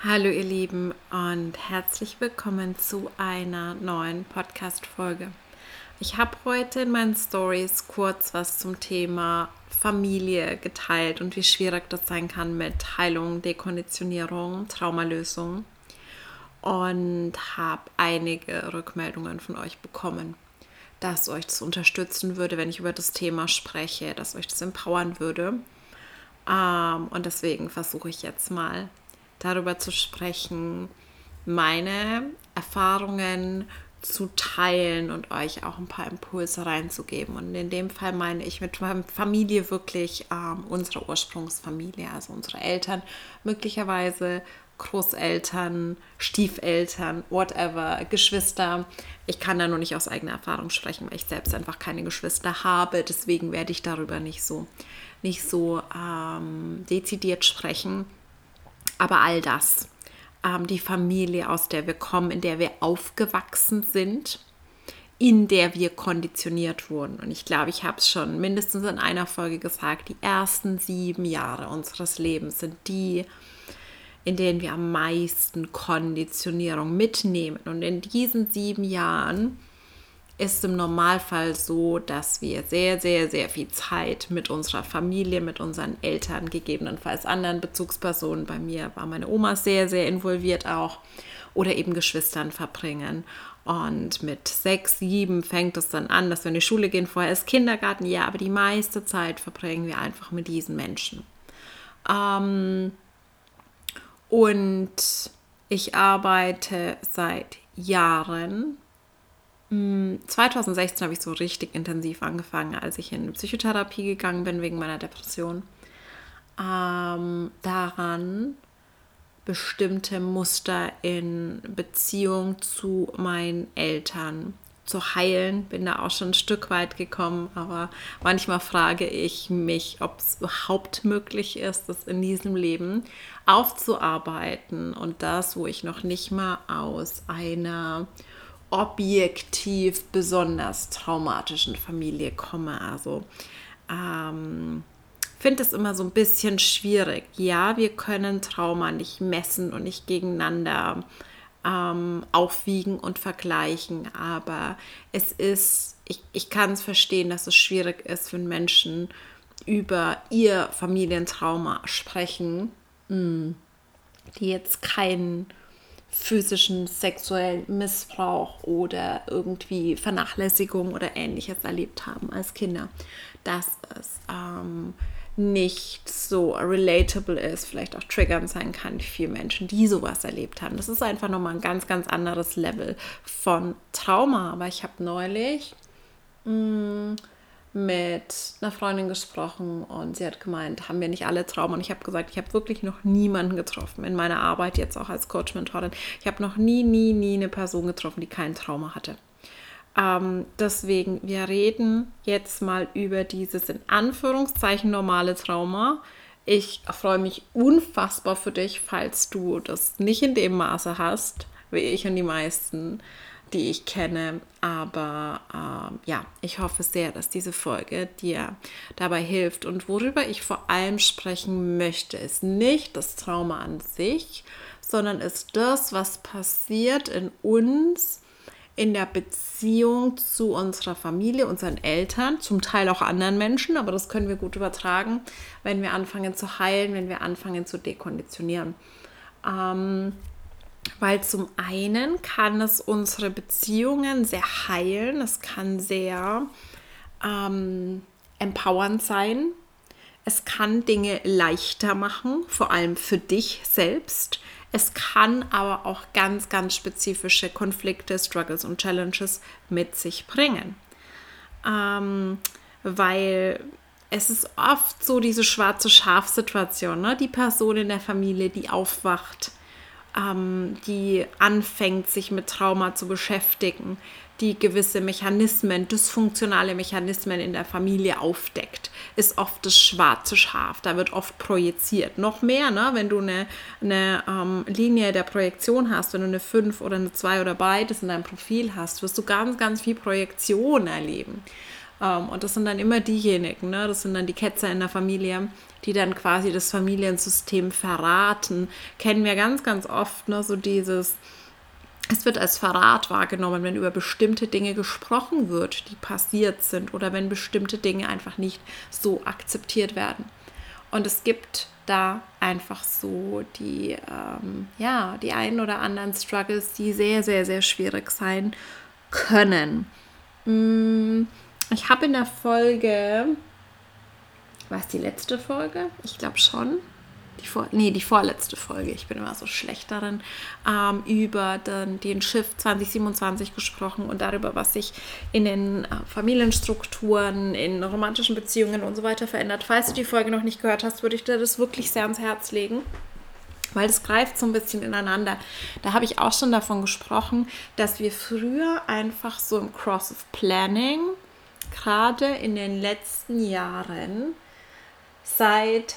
Hallo ihr Lieben und herzlich willkommen zu einer neuen Podcast-Folge. Ich habe heute in meinen Stories kurz was zum Thema Familie geteilt und wie schwierig das sein kann mit Heilung, Dekonditionierung, Traumalösung und habe einige Rückmeldungen von euch bekommen, dass euch das unterstützen würde, wenn ich über das Thema spreche, dass euch das empowern würde. Und deswegen versuche ich jetzt mal darüber zu sprechen, meine Erfahrungen zu teilen und euch auch ein paar Impulse reinzugeben. Und in dem Fall meine ich mit Familie wirklich unsere Ursprungsfamilie, also unsere Eltern, möglicherweise Großeltern, Stiefeltern, whatever, Geschwister. Ich kann da nur nicht aus eigener Erfahrung sprechen, weil ich selbst einfach keine Geschwister habe. Deswegen werde ich darüber nicht so dezidiert sprechen. Aber all das, die Familie, aus der wir kommen, in der wir aufgewachsen sind, in der wir konditioniert wurden. Und ich glaube, ich habe es schon mindestens in einer Folge gesagt, die ersten 7 Jahre unseres Lebens sind die, in denen wir am meisten Konditionierung mitnehmen. Und in diesen 7 Jahren ist im Normalfall so, dass wir sehr, sehr, sehr viel Zeit mit unserer Familie, mit unseren Eltern, gegebenenfalls anderen Bezugspersonen, bei mir war meine Oma sehr, sehr involviert auch, oder eben Geschwistern verbringen. Und mit 6, 7 fängt es dann an, dass wir in die Schule gehen, vorher ist Kindergarten, ja, aber die meiste Zeit verbringen wir einfach mit diesen Menschen. Und ich arbeite seit Jahren. 2016 habe ich so richtig intensiv angefangen, als ich in Psychotherapie gegangen bin wegen meiner Depression. Daran bestimmte Muster in Beziehung zu meinen Eltern zu heilen. Bin da auch schon ein Stück weit gekommen, aber manchmal frage ich mich, ob es überhaupt möglich ist, das in diesem Leben aufzuarbeiten. Und das, wo ich noch nicht mal aus einer objektiv besonders traumatischen Familie komme. Also finde es immer so ein bisschen schwierig. Ja, wir können Trauma nicht messen und nicht gegeneinander aufwiegen und vergleichen, aber es ist, ich kann es verstehen, dass es schwierig ist, wenn Menschen über ihr Familientrauma sprechen, die jetzt keinen physischen, sexuellen Missbrauch oder irgendwie Vernachlässigung oder Ähnliches erlebt haben als Kinder, dass es nicht so relatable ist, vielleicht auch triggernd sein kann für Menschen, die sowas erlebt haben. Das ist einfach nochmal ein ganz, ganz anderes Level von Trauma. Aber ich habe neulich mit einer Freundin gesprochen und sie hat gemeint, haben wir nicht alle Trauma? Und ich habe gesagt, ich habe wirklich noch niemanden getroffen in meiner Arbeit, jetzt auch als Coach-Mentorin. Ich habe noch nie eine Person getroffen, die kein Trauma hatte. Deswegen, wir reden jetzt mal über dieses in Anführungszeichen normale Trauma. Ich freue mich unfassbar für dich, falls du das nicht in dem Maße hast, wie ich und die meisten, die ich kenne. Aber ich hoffe sehr, dass diese Folge dir dabei hilft. Und worüber ich vor allem sprechen möchte, ist nicht das Trauma an sich, sondern ist das, was passiert in uns, in der Beziehung zu unserer Familie, unseren Eltern, zum Teil auch anderen Menschen, aber das können wir gut übertragen, wenn wir anfangen zu heilen, wenn wir anfangen zu dekonditionieren. Weil zum einen kann es unsere Beziehungen sehr heilen, es kann sehr empowernd sein, es kann Dinge leichter machen, vor allem für dich selbst. Es kann aber auch ganz, ganz spezifische Konflikte, Struggles und Challenges mit sich bringen. Weil es ist oft so diese schwarze Schaf-Situation, ne? Die Person in der Familie, die aufwacht, die anfängt, sich mit Trauma zu beschäftigen, die gewisse Mechanismen, dysfunktionale Mechanismen in der Familie aufdeckt, ist oft das schwarze Schaf. Da wird oft projiziert. Noch mehr, ne? Wenn du eine Linie der Projektion hast, wenn du eine 5 oder eine 2 oder beides in deinem Profil hast, wirst du ganz, ganz viel Projektion erleben. Und das sind dann immer diejenigen, ne? Das sind dann die Ketzer in der Familie, die dann quasi das Familiensystem verraten. Kennen wir ganz, ganz oft, ne? So dieses, es wird als Verrat wahrgenommen, wenn über bestimmte Dinge gesprochen wird, die passiert sind, oder wenn bestimmte Dinge einfach nicht so akzeptiert werden. Und es gibt da einfach so die einen oder anderen Struggles, die sehr, sehr, sehr schwierig sein können. Ich habe in der Folge, war es die letzte Folge? Ich glaube schon. Die vorletzte Folge, ich bin immer so schlecht darin, über den Shift 2027 gesprochen und darüber, was sich in den Familienstrukturen, in romantischen Beziehungen und so weiter verändert. Falls du die Folge noch nicht gehört hast, würde ich dir das wirklich sehr ans Herz legen, weil das greift so ein bisschen ineinander. Da habe ich auch schon davon gesprochen, dass wir früher einfach so im Cross of Planning, gerade in den letzten Jahren, seit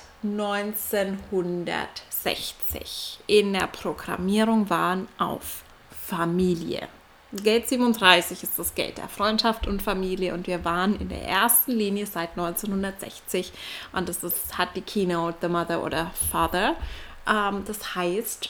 1960 in der Programmierung waren auf Familie. Gate 37 ist das Gate der Freundschaft und Familie und wir waren in der ersten Linie seit 1960 und hat die Keynote The Mother oder Father. Das heißt,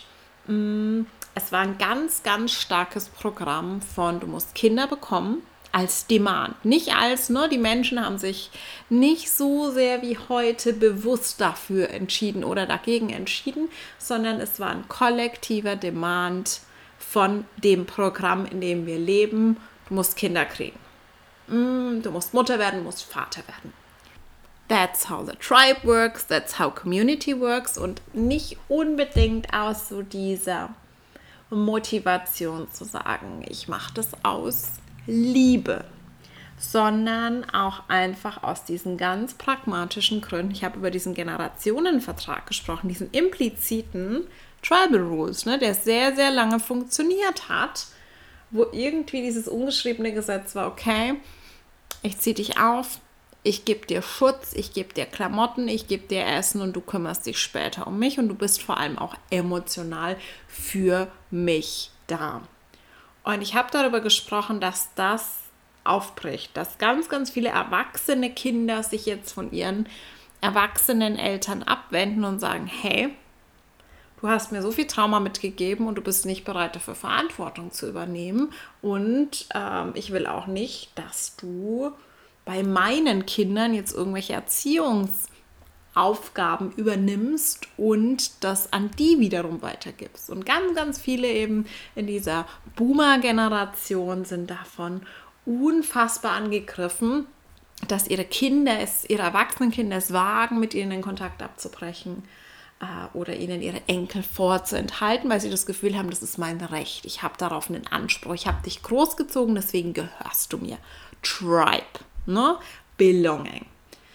es war ein ganz, ganz starkes Programm von, du musst Kinder bekommen, als Demand. Nicht als, ne, die Menschen haben sich nicht so sehr wie heute bewusst dafür entschieden oder dagegen entschieden, sondern es war ein kollektiver Demand von dem Programm, in dem wir leben. Du musst Kinder kriegen. Du musst Mutter werden, du musst Vater werden. That's how the tribe works, that's how community works und nicht unbedingt aus so dieser Motivation zu sagen, ich mache das aus Liebe, sondern auch einfach aus diesen ganz pragmatischen Gründen. Ich habe über diesen Generationenvertrag gesprochen, diesen impliziten Tribal Rules, ne, der sehr, sehr lange funktioniert hat, wo irgendwie dieses ungeschriebene Gesetz war, okay, ich ziehe dich auf, ich gebe dir Schutz, ich gebe dir Klamotten, ich gebe dir Essen und du kümmerst dich später um mich und du bist vor allem auch emotional für mich da. Und ich habe darüber gesprochen, dass das aufbricht, dass ganz, ganz viele erwachsene Kinder sich jetzt von ihren erwachsenen Eltern abwenden und sagen, hey, du hast mir so viel Trauma mitgegeben und du bist nicht bereit dafür Verantwortung zu übernehmen und ich will auch nicht, dass du bei meinen Kindern jetzt irgendwelche Erziehungsaufgaben übernimmst und das an die wiederum weitergibst. Und ganz, ganz viele eben in dieser Boomer-Generation sind davon unfassbar angegriffen, dass ihre erwachsenen Kinder es wagen, mit ihnen den Kontakt abzubrechen oder ihnen ihre Enkel vorzuenthalten, weil sie das Gefühl haben, das ist mein Recht. Ich habe darauf einen Anspruch. Ich habe dich großgezogen, deswegen gehörst du mir. Tribe, ne? Belonging.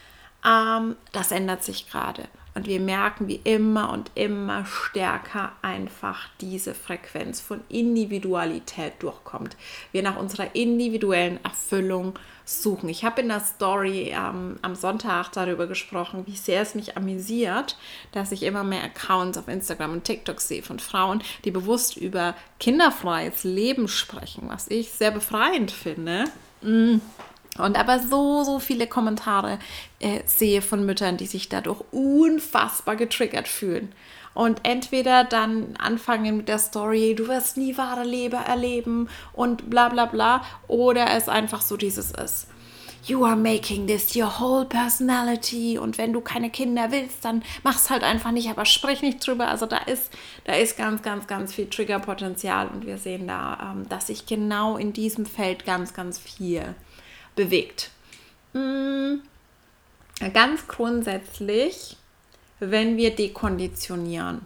Das ändert sich gerade. Und wir merken, wie immer und immer stärker einfach diese Frequenz von Individualität durchkommt. Wir nach unserer individuellen Erfüllung suchen. Ich habe in der Story am Sonntag darüber gesprochen, wie sehr es mich amüsiert, dass ich immer mehr Accounts auf Instagram und TikTok sehe von Frauen, die bewusst über kinderfreies Leben sprechen, was ich sehr befreiend finde. Und aber so viele Kommentare sehe von Müttern, die sich dadurch unfassbar getriggert fühlen. Und entweder dann anfangen mit der Story, du wirst nie wahre Liebe erleben und bla bla bla, oder es einfach so dieses ist, you are making this your whole personality und wenn du keine Kinder willst, dann mach's halt einfach nicht, aber sprich nicht drüber. Also da ist ganz, ganz, ganz viel Triggerpotenzial und wir sehen da, dass sich genau in diesem Feld ganz, ganz viel bewegt. Ganz grundsätzlich, wenn wir dekonditionieren,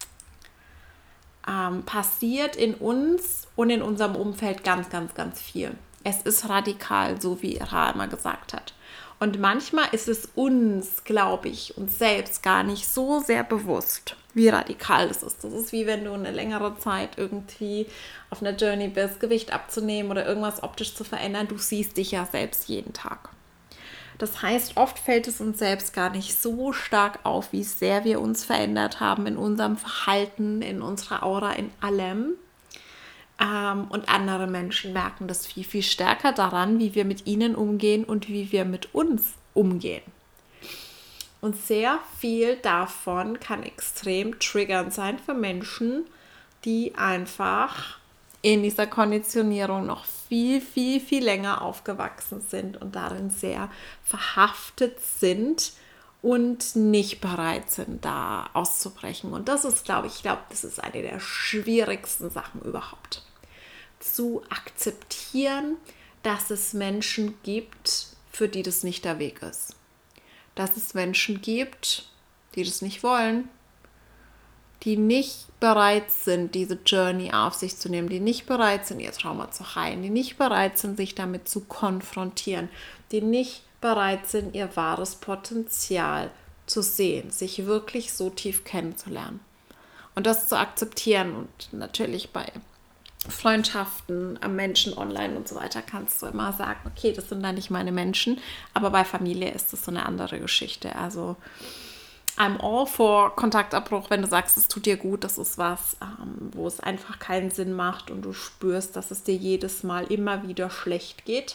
passiert in uns und in unserem Umfeld ganz, ganz, ganz viel. Es ist radikal, so wie Ra immer gesagt hat. Und manchmal ist es uns, glaube ich, uns selbst gar nicht so sehr bewusst, wie radikal das ist. Das ist wie wenn du eine längere Zeit irgendwie auf einer Journey bist, Gewicht abzunehmen oder irgendwas optisch zu verändern. Du siehst dich ja selbst jeden Tag. Das heißt, oft fällt es uns selbst gar nicht so stark auf, wie sehr wir uns verändert haben in unserem Verhalten, in unserer Aura, in allem. Und andere Menschen merken das viel, viel stärker daran, wie wir mit ihnen umgehen und wie wir mit uns umgehen. Und sehr viel davon kann extrem triggernd sein für Menschen, die einfach in dieser Konditionierung noch viel, viel, viel länger aufgewachsen sind und darin sehr verhaftet sind und nicht bereit sind, da auszubrechen. Und das ist, das ist eine der schwierigsten Sachen überhaupt. Zu akzeptieren, dass es Menschen gibt, für die das nicht der Weg ist. Dass es Menschen gibt, die das nicht wollen, die nicht bereit sind, diese Journey auf sich zu nehmen, die nicht bereit sind, ihr Trauma zu heilen, die nicht bereit sind, sich damit zu konfrontieren, die nicht bereit sind, ihr wahres Potenzial zu sehen, sich wirklich so tief kennenzulernen. Und das zu akzeptieren und natürlich bei Freundschaften, Menschen online und so weiter kannst du immer sagen, okay, das sind dann nicht meine Menschen, aber bei Familie ist das so eine andere Geschichte. Also I'm all for Kontaktabbruch, wenn du sagst, es tut dir gut, das ist was, wo es einfach keinen Sinn macht und du spürst, dass es dir jedes Mal immer wieder schlecht geht.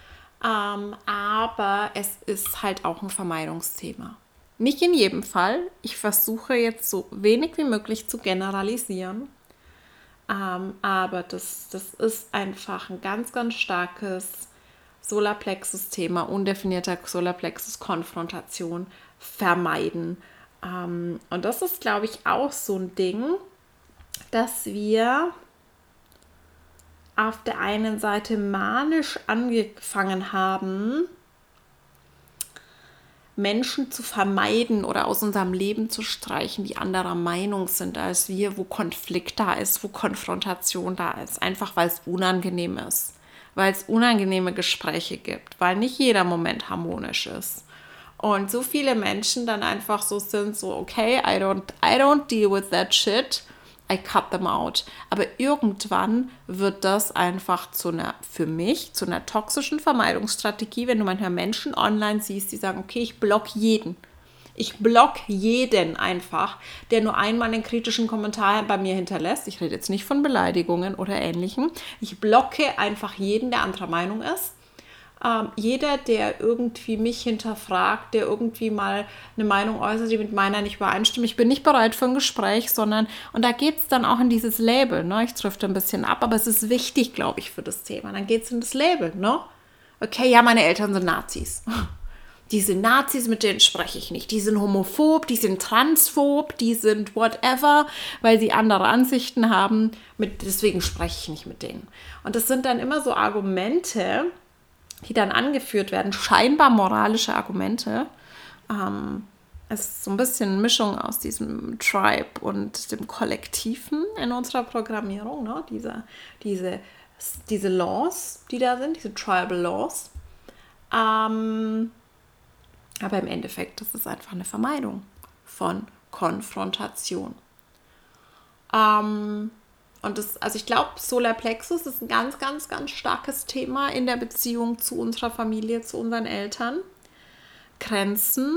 Aber es ist halt auch ein Vermeidungsthema. Nicht in jedem Fall. Ich versuche jetzt so wenig wie möglich zu generalisieren. Aber das ist einfach ein ganz, ganz starkes Solarplexus-Thema, undefinierter Solarplexus-Konfrontation, vermeiden. Und das ist, glaube ich, auch so ein Ding, dass wir auf der einen Seite manisch angefangen haben, Menschen zu vermeiden oder aus unserem Leben zu streichen, die anderer Meinung sind als wir, wo Konflikt da ist, wo Konfrontation da ist, einfach weil es unangenehm ist, weil es unangenehme Gespräche gibt, weil nicht jeder Moment harmonisch ist. Und so viele Menschen dann einfach so sind, so okay, I don't deal with that shit, I cut them out. Aber irgendwann wird das einfach für mich zu einer toxischen Vermeidungsstrategie, wenn du manchmal Menschen online siehst, die sagen, okay, ich block jeden. Ich block jeden einfach, der nur einmal einen kritischen Kommentar bei mir hinterlässt. Ich rede jetzt nicht von Beleidigungen oder Ähnlichem. Ich blocke einfach jeden, der anderer Meinung ist. Jeder, der irgendwie mich hinterfragt, der irgendwie mal eine Meinung äußert, die mit meiner nicht übereinstimmt. Ich bin nicht bereit für ein Gespräch, und da geht es dann auch in dieses Label, ne? Ich drifte ein bisschen ab, aber es ist wichtig, glaube ich, für das Thema. Dann geht es in das Label, ne? Okay, ja, meine Eltern sind Nazis. Die sind Nazis, mit denen spreche ich nicht. Die sind homophob, die sind transphob, die sind whatever, weil sie andere Ansichten haben. Deswegen spreche ich nicht mit denen. Und das sind dann immer so Argumente, die dann angeführt werden, scheinbar moralische Argumente. Es ist so ein bisschen eine Mischung aus diesem Tribe und dem Kollektiven in unserer Programmierung, ne? Diese Laws, die da sind, diese Tribal Laws. Aber im Endeffekt, das ist einfach eine Vermeidung von Konfrontation. Also ich glaube, Solarplexus ist ein ganz, ganz, ganz starkes Thema in der Beziehung zu unserer Familie, zu unseren Eltern. Grenzen,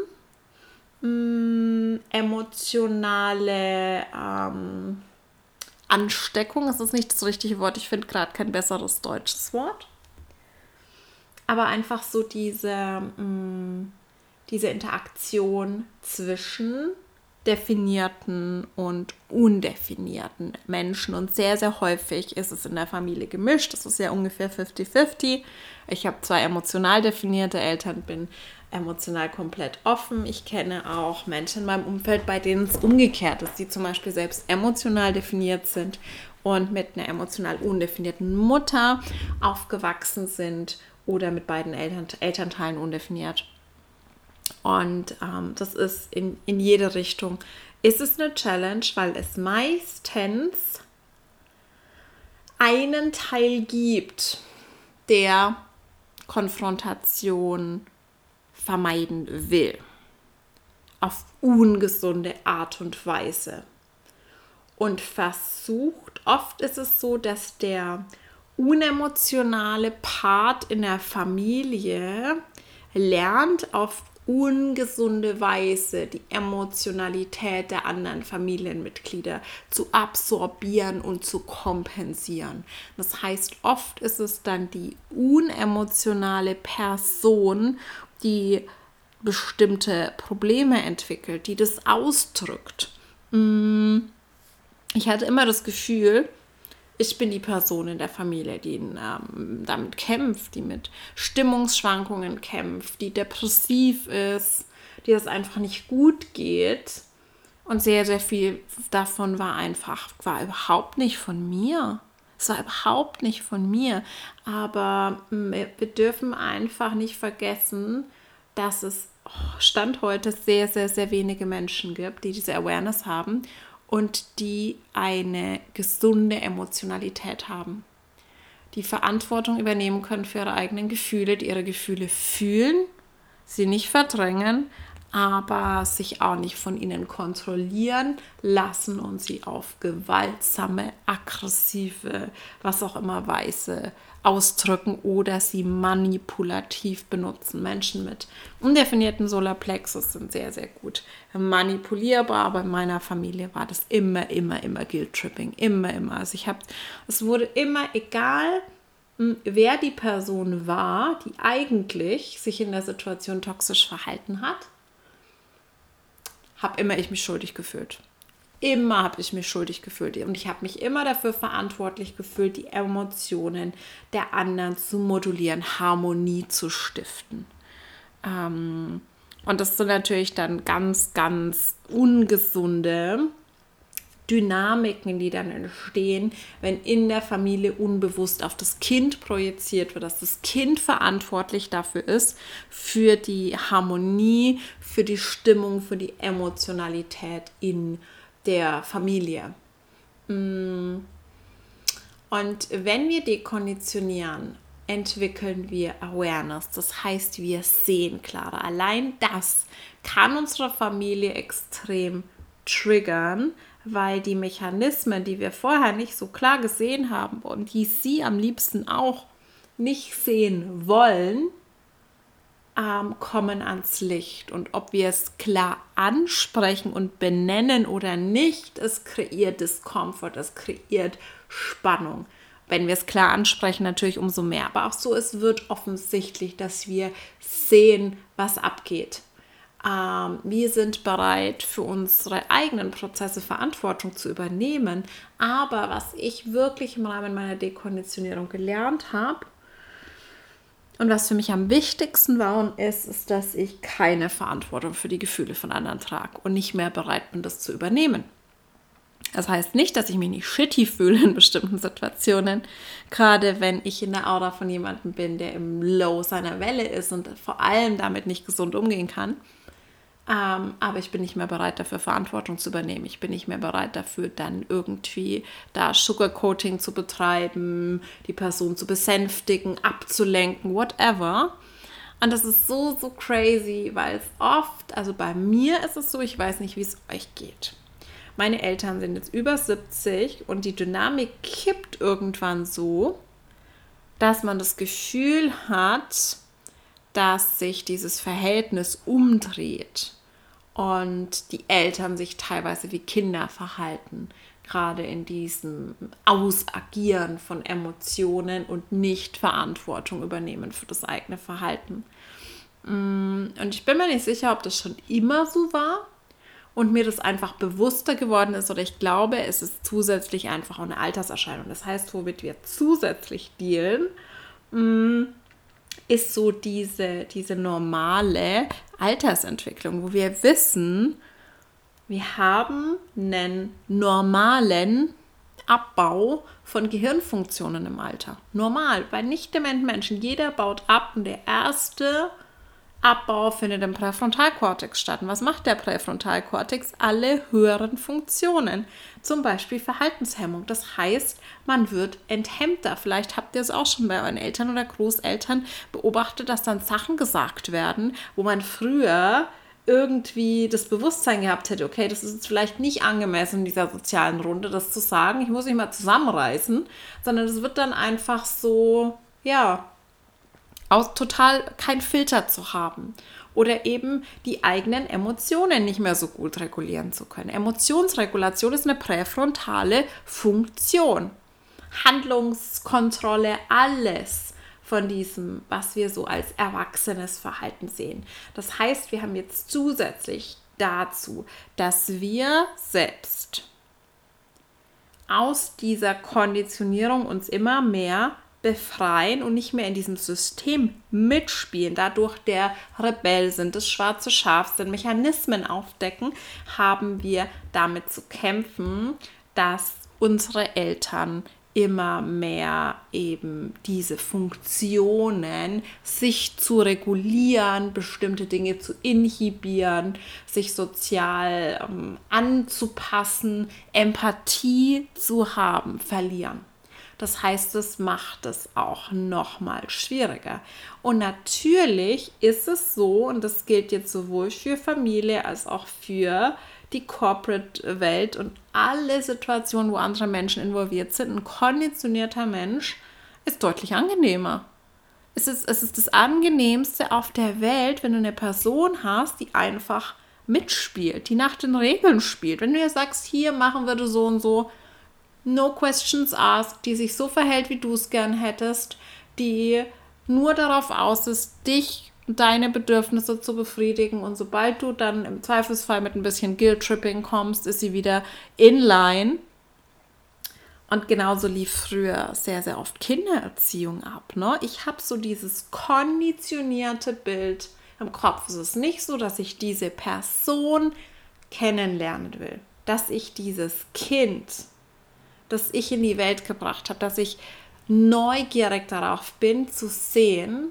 emotionale Ansteckung, das ist nicht das richtige Wort, ich finde gerade kein besseres deutsches Wort. Aber einfach so diese Interaktion zwischen definierten und undefinierten Menschen. Und sehr, sehr häufig ist es in der Familie gemischt. Das ist ja ungefähr 50-50. Ich habe 2 emotional definierte Eltern, bin emotional komplett offen. Ich kenne auch Menschen in meinem Umfeld, bei denen es umgekehrt ist, die zum Beispiel selbst emotional definiert sind und mit einer emotional undefinierten Mutter aufgewachsen sind oder mit beiden Elternteilen undefiniert. Und das ist in jede Richtung. Ist es eine Challenge, weil es meistens einen Teil gibt, der Konfrontation vermeiden will. Auf ungesunde Art und Weise. Und versucht, oft ist es so, dass der unemotionale Part in der Familie lernt, auf ungesunde Weise die Emotionalität der anderen Familienmitglieder zu absorbieren und zu kompensieren. Das heißt, oft ist es dann die unemotionale Person, die bestimmte Probleme entwickelt, die das ausdrückt. Ich hatte immer das Gefühl, ich bin die Person in der Familie, die damit kämpft, die mit Stimmungsschwankungen kämpft, die depressiv ist, die es einfach nicht gut geht. Und sehr, sehr viel davon war überhaupt nicht von mir. Es war überhaupt nicht von mir. Aber wir dürfen einfach nicht vergessen, dass es Stand heute sehr, sehr, sehr wenige Menschen gibt, die diese Awareness haben und die eine gesunde Emotionalität haben, die Verantwortung übernehmen können für ihre eigenen Gefühle, die ihre Gefühle fühlen, sie nicht verdrängen, aber sich auch nicht von ihnen kontrollieren lassen und sie auf gewaltsame, aggressive, was auch immer Weise ausdrücken oder sie manipulativ benutzen. Menschen mit undefinierten Solarplexus sind sehr, sehr gut manipulierbar, aber in meiner Familie war das immer Guilt-Tripping, immer. Also es wurde immer, egal wer die Person war, die eigentlich sich in der Situation toxisch verhalten hat, habe immer ich mich schuldig gefühlt. Immer habe ich mich schuldig gefühlt. Und ich habe mich immer dafür verantwortlich gefühlt, die Emotionen der anderen zu modulieren, Harmonie zu stiften. Und das sind natürlich dann ganz, ganz ungesunde Dynamiken, die dann entstehen, wenn in der Familie unbewusst auf das Kind projiziert wird, dass das Kind verantwortlich dafür ist, für die Harmonie, für die Stimmung, für die Emotionalität in der Familie. Und wenn wir dekonditionieren, entwickeln wir Awareness. Das heißt, wir sehen klarer. Allein das kann unsere Familie extrem triggern, weil die Mechanismen, die wir vorher nicht so klar gesehen haben und die sie am liebsten auch nicht sehen wollen, kommen ans Licht. Und ob wir es klar ansprechen und benennen oder nicht, es kreiert Discomfort, es kreiert Spannung. Wenn wir es klar ansprechen, natürlich umso mehr. Aber auch so, es wird offensichtlich, dass wir sehen, was abgeht. Wir sind bereit, für unsere eigenen Prozesse Verantwortung zu übernehmen. Aber was ich wirklich im Rahmen meiner Dekonditionierung gelernt habe und was für mich am wichtigsten war und ist, dass ich keine Verantwortung für die Gefühle von anderen trage und nicht mehr bereit bin, das zu übernehmen. Das heißt nicht, dass ich mich nicht shitty fühle in bestimmten Situationen, gerade wenn ich in der Aura von jemandem bin, der im Low seiner Welle ist und vor allem damit nicht gesund umgehen kann. Aber ich bin nicht mehr bereit dafür, Verantwortung zu übernehmen. Ich bin nicht mehr bereit dafür, dann irgendwie da Sugarcoating zu betreiben, die Person zu besänftigen, abzulenken, whatever. Und das ist so crazy, weil es oft, also bei mir ist es so, ich weiß nicht, wie es euch geht. Meine Eltern sind jetzt über 70 und die Dynamik kippt irgendwann so, dass man das Gefühl hat, dass sich dieses Verhältnis umdreht und die Eltern sich teilweise wie Kinder verhalten, gerade in diesem Ausagieren von Emotionen und nicht Verantwortung übernehmen für das eigene Verhalten. Und ich bin mir nicht sicher, ob das schon immer so war und mir das einfach bewusster geworden ist, oder ich glaube, es ist zusätzlich einfach auch eine Alterserscheinung. Das heißt, womit wir zusätzlich dealen, ist so diese normale Altersentwicklung, wo wir wissen, wir haben einen normalen Abbau von Gehirnfunktionen im Alter. Normal, bei nicht dementen Menschen. Jeder baut ab und der erste Abbau findet im Präfrontalkortex statt. Und was macht der Präfrontalkortex? Alle höheren Funktionen, zum Beispiel Verhaltenshemmung. Das heißt, man wird enthemmter. Vielleicht habt ihr es auch schon bei euren Eltern oder Großeltern beobachtet, dass dann Sachen gesagt werden, wo man früher irgendwie das Bewusstsein gehabt hätte, okay, das ist jetzt vielleicht nicht angemessen in dieser sozialen Runde, das zu sagen, ich muss mich mal zusammenreißen, sondern es wird dann einfach so, ja, total kein Filter zu haben. oder eben die eigenen Emotionen nicht mehr so gut regulieren zu können. Emotionsregulation ist eine präfrontale Funktion. Handlungskontrolle, alles von diesem, was wir so als erwachsenes Verhalten sehen. Das heißt, wir haben jetzt zusätzlich dazu, dass wir selbst aus dieser Konditionierung uns immer mehr befreien und nicht mehr in diesem System mitspielen, dadurch der Rebell sind, das schwarze Schaf sind, Mechanismen aufdecken, haben wir damit zu kämpfen, dass unsere Eltern immer mehr eben diese Funktionen, sich zu regulieren, bestimmte Dinge zu inhibieren, sich sozial anzupassen, Empathie zu haben, verlieren. Das heißt, es macht es auch nochmal schwieriger. Und natürlich ist es so, und das gilt jetzt sowohl für Familie als auch für die Corporate-Welt und alle Situationen, wo andere Menschen involviert sind, ein konditionierter Mensch ist deutlich angenehmer. Es ist das Angenehmste auf der Welt, wenn du eine Person hast, die einfach mitspielt, die nach den Regeln spielt. Wenn du ihr sagst, hier machen wir das so und so, no questions asked, die sich so verhält, wie du es gern hättest, die nur darauf aus ist, dich deine Bedürfnisse zu befriedigen, und sobald du dann im Zweifelsfall mit ein bisschen Guilt-Tripping kommst, ist sie wieder in line. Und genauso lief früher sehr, sehr oft Kindererziehung ab. Ne? Ich habe so dieses konditionierte Bild im Kopf. Es ist nicht so, dass ich diese Person kennenlernen will, dass ich dieses Kind, das ich in die Welt gebracht habe, dass ich neugierig darauf bin, zu sehen,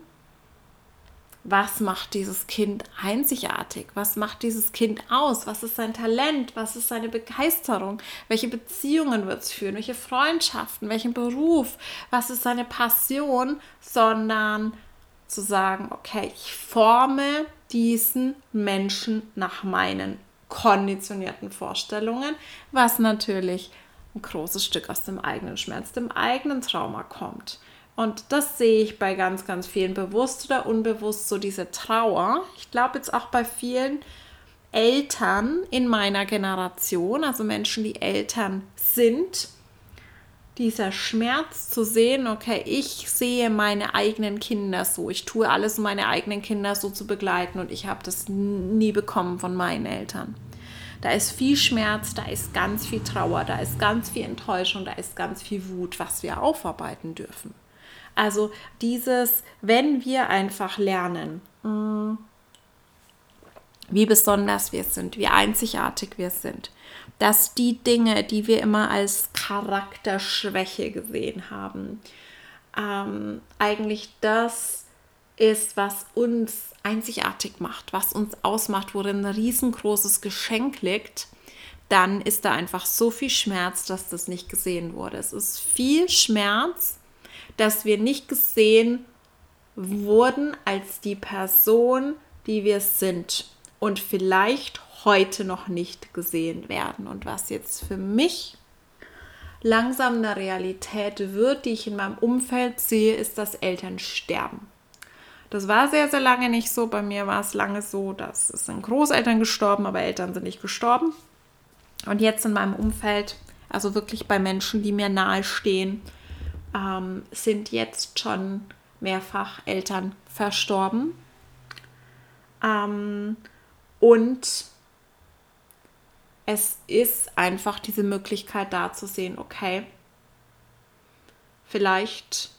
was macht dieses Kind einzigartig? Was macht dieses Kind aus? Was ist sein Talent? Was ist seine Begeisterung? Welche Beziehungen wird es führen? Welche Freundschaften? Welchen Beruf? Was ist seine Passion? Sondern zu sagen, okay, ich forme diesen Menschen nach meinen konditionierten Vorstellungen, was natürlich ein großes Stück aus dem eigenen Schmerz, dem eigenen Trauma kommt. Und das sehe ich bei ganz, ganz vielen, bewusst oder unbewusst, so diese Trauer. Ich glaube jetzt auch bei vielen Eltern in meiner Generation, also Menschen, die Eltern sind, dieser Schmerz zu sehen, okay, ich sehe meine eigenen Kinder so, ich tue alles, um meine eigenen Kinder so zu begleiten, und ich habe das nie bekommen von meinen Eltern. Da ist viel Schmerz, da ist ganz viel Trauer, da ist ganz viel Enttäuschung, da ist ganz viel Wut, was wir aufarbeiten dürfen. Also dieses, wenn wir einfach lernen, wie besonders wir sind, wie einzigartig wir sind, dass die Dinge, die wir immer als Charakterschwäche gesehen haben, eigentlich das ist, was uns einzigartig macht, was uns ausmacht, worin ein riesengroßes Geschenk liegt, dann ist da einfach so viel Schmerz, dass das nicht gesehen wurde. Es ist viel Schmerz, dass wir nicht gesehen wurden als die Person, die wir sind und vielleicht heute noch nicht gesehen werden. Und was jetzt für mich langsam eine Realität wird, die ich in meinem Umfeld sehe, ist, dass Eltern sterben. Das war sehr, sehr lange nicht so. Bei mir war es lange so, dass es sind Großeltern gestorben, aber Eltern sind nicht gestorben. Und jetzt in meinem Umfeld, also wirklich bei Menschen, die mir nahe stehen, sind jetzt schon mehrfach Eltern verstorben. Und es ist einfach diese Möglichkeit da zu sehen, okay, vielleicht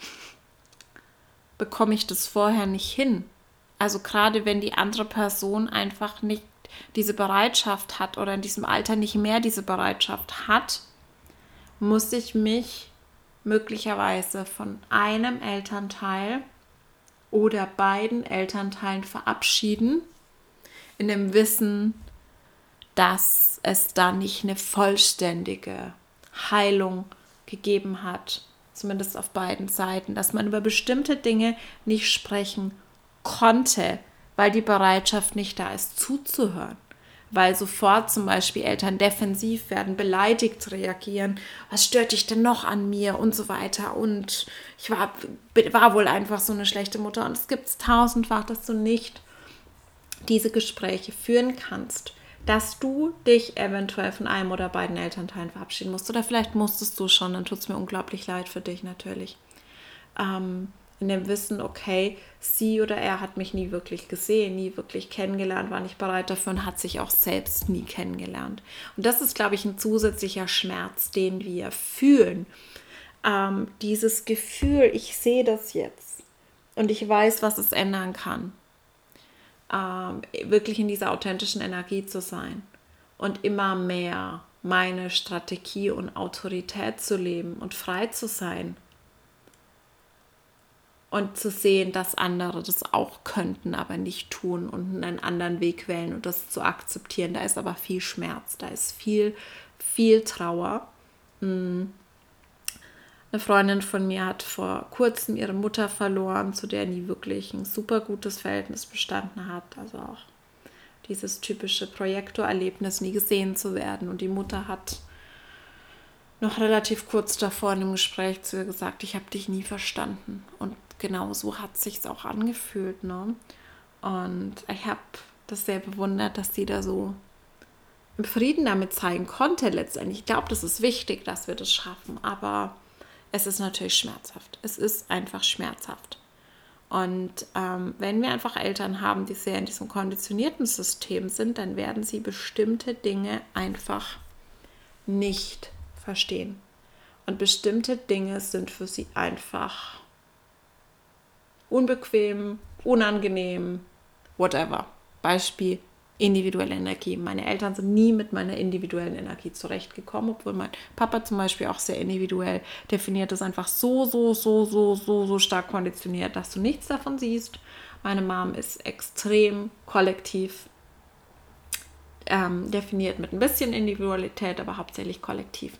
bekomme ich das vorher nicht hin. Also gerade wenn die andere Person einfach nicht diese Bereitschaft hat oder in diesem Alter nicht mehr diese Bereitschaft hat, muss ich mich möglicherweise von einem Elternteil oder beiden Elternteilen verabschieden, in dem Wissen, dass es da nicht eine vollständige Heilung gegeben hat, zumindest auf beiden Seiten, dass man über bestimmte Dinge nicht sprechen konnte, weil die Bereitschaft nicht da ist, zuzuhören. Weil sofort zum Beispiel Eltern defensiv werden, beleidigt reagieren, was stört dich denn noch an mir und so weiter, und ich war wohl einfach so eine schlechte Mutter, und es gibt es tausendfach, dass du nicht diese Gespräche führen kannst, dass du dich eventuell von einem oder beiden Elternteilen verabschieden musst. Oder vielleicht musstest du schon, dann tut es mir unglaublich leid für dich natürlich. In dem Wissen, okay, sie oder er hat mich nie wirklich gesehen, nie wirklich kennengelernt, war nicht bereit dafür und hat sich auch selbst nie kennengelernt. Und das ist, glaube ich, ein zusätzlicher Schmerz, den wir fühlen. Dieses Gefühl, ich sehe das jetzt und ich weiß, was es ändern kann. Wirklich in dieser authentischen Energie zu sein und immer mehr meine Strategie und Autorität zu leben und frei zu sein. Und zu sehen, dass andere das auch könnten, aber nicht tun und einen anderen Weg wählen und das zu akzeptieren. Da ist aber viel Schmerz, da ist viel, viel Trauer. Eine Freundin von mir hat vor kurzem ihre Mutter verloren, zu der nie wirklich ein super gutes Verhältnis bestanden hat. Also auch dieses typische Projektorerlebnis, nie gesehen zu werden. Und die Mutter hat noch relativ kurz davor in einem Gespräch zu ihr gesagt, ich habe dich nie verstanden. Und genau so hat es sich auch angefühlt. Ne? Und ich habe das sehr bewundert, dass sie da so im Frieden damit zeigen konnte letztendlich. Ich glaube, das ist wichtig, dass wir das schaffen, aber es ist natürlich schmerzhaft. Es ist einfach schmerzhaft. Und wenn wir einfach Eltern haben, die sehr in diesem konditionierten System sind, dann werden sie bestimmte Dinge einfach nicht verstehen. Und bestimmte Dinge sind für sie einfach unbequem, unangenehm, whatever. Beispiel individuelle Energie. Meine Eltern sind nie mit meiner individuellen Energie zurechtgekommen, obwohl mein Papa zum Beispiel auch sehr individuell definiert ist, einfach so stark konditioniert, dass du nichts davon siehst. Meine Mom ist extrem kollektiv definiert mit ein bisschen Individualität, aber hauptsächlich kollektiv.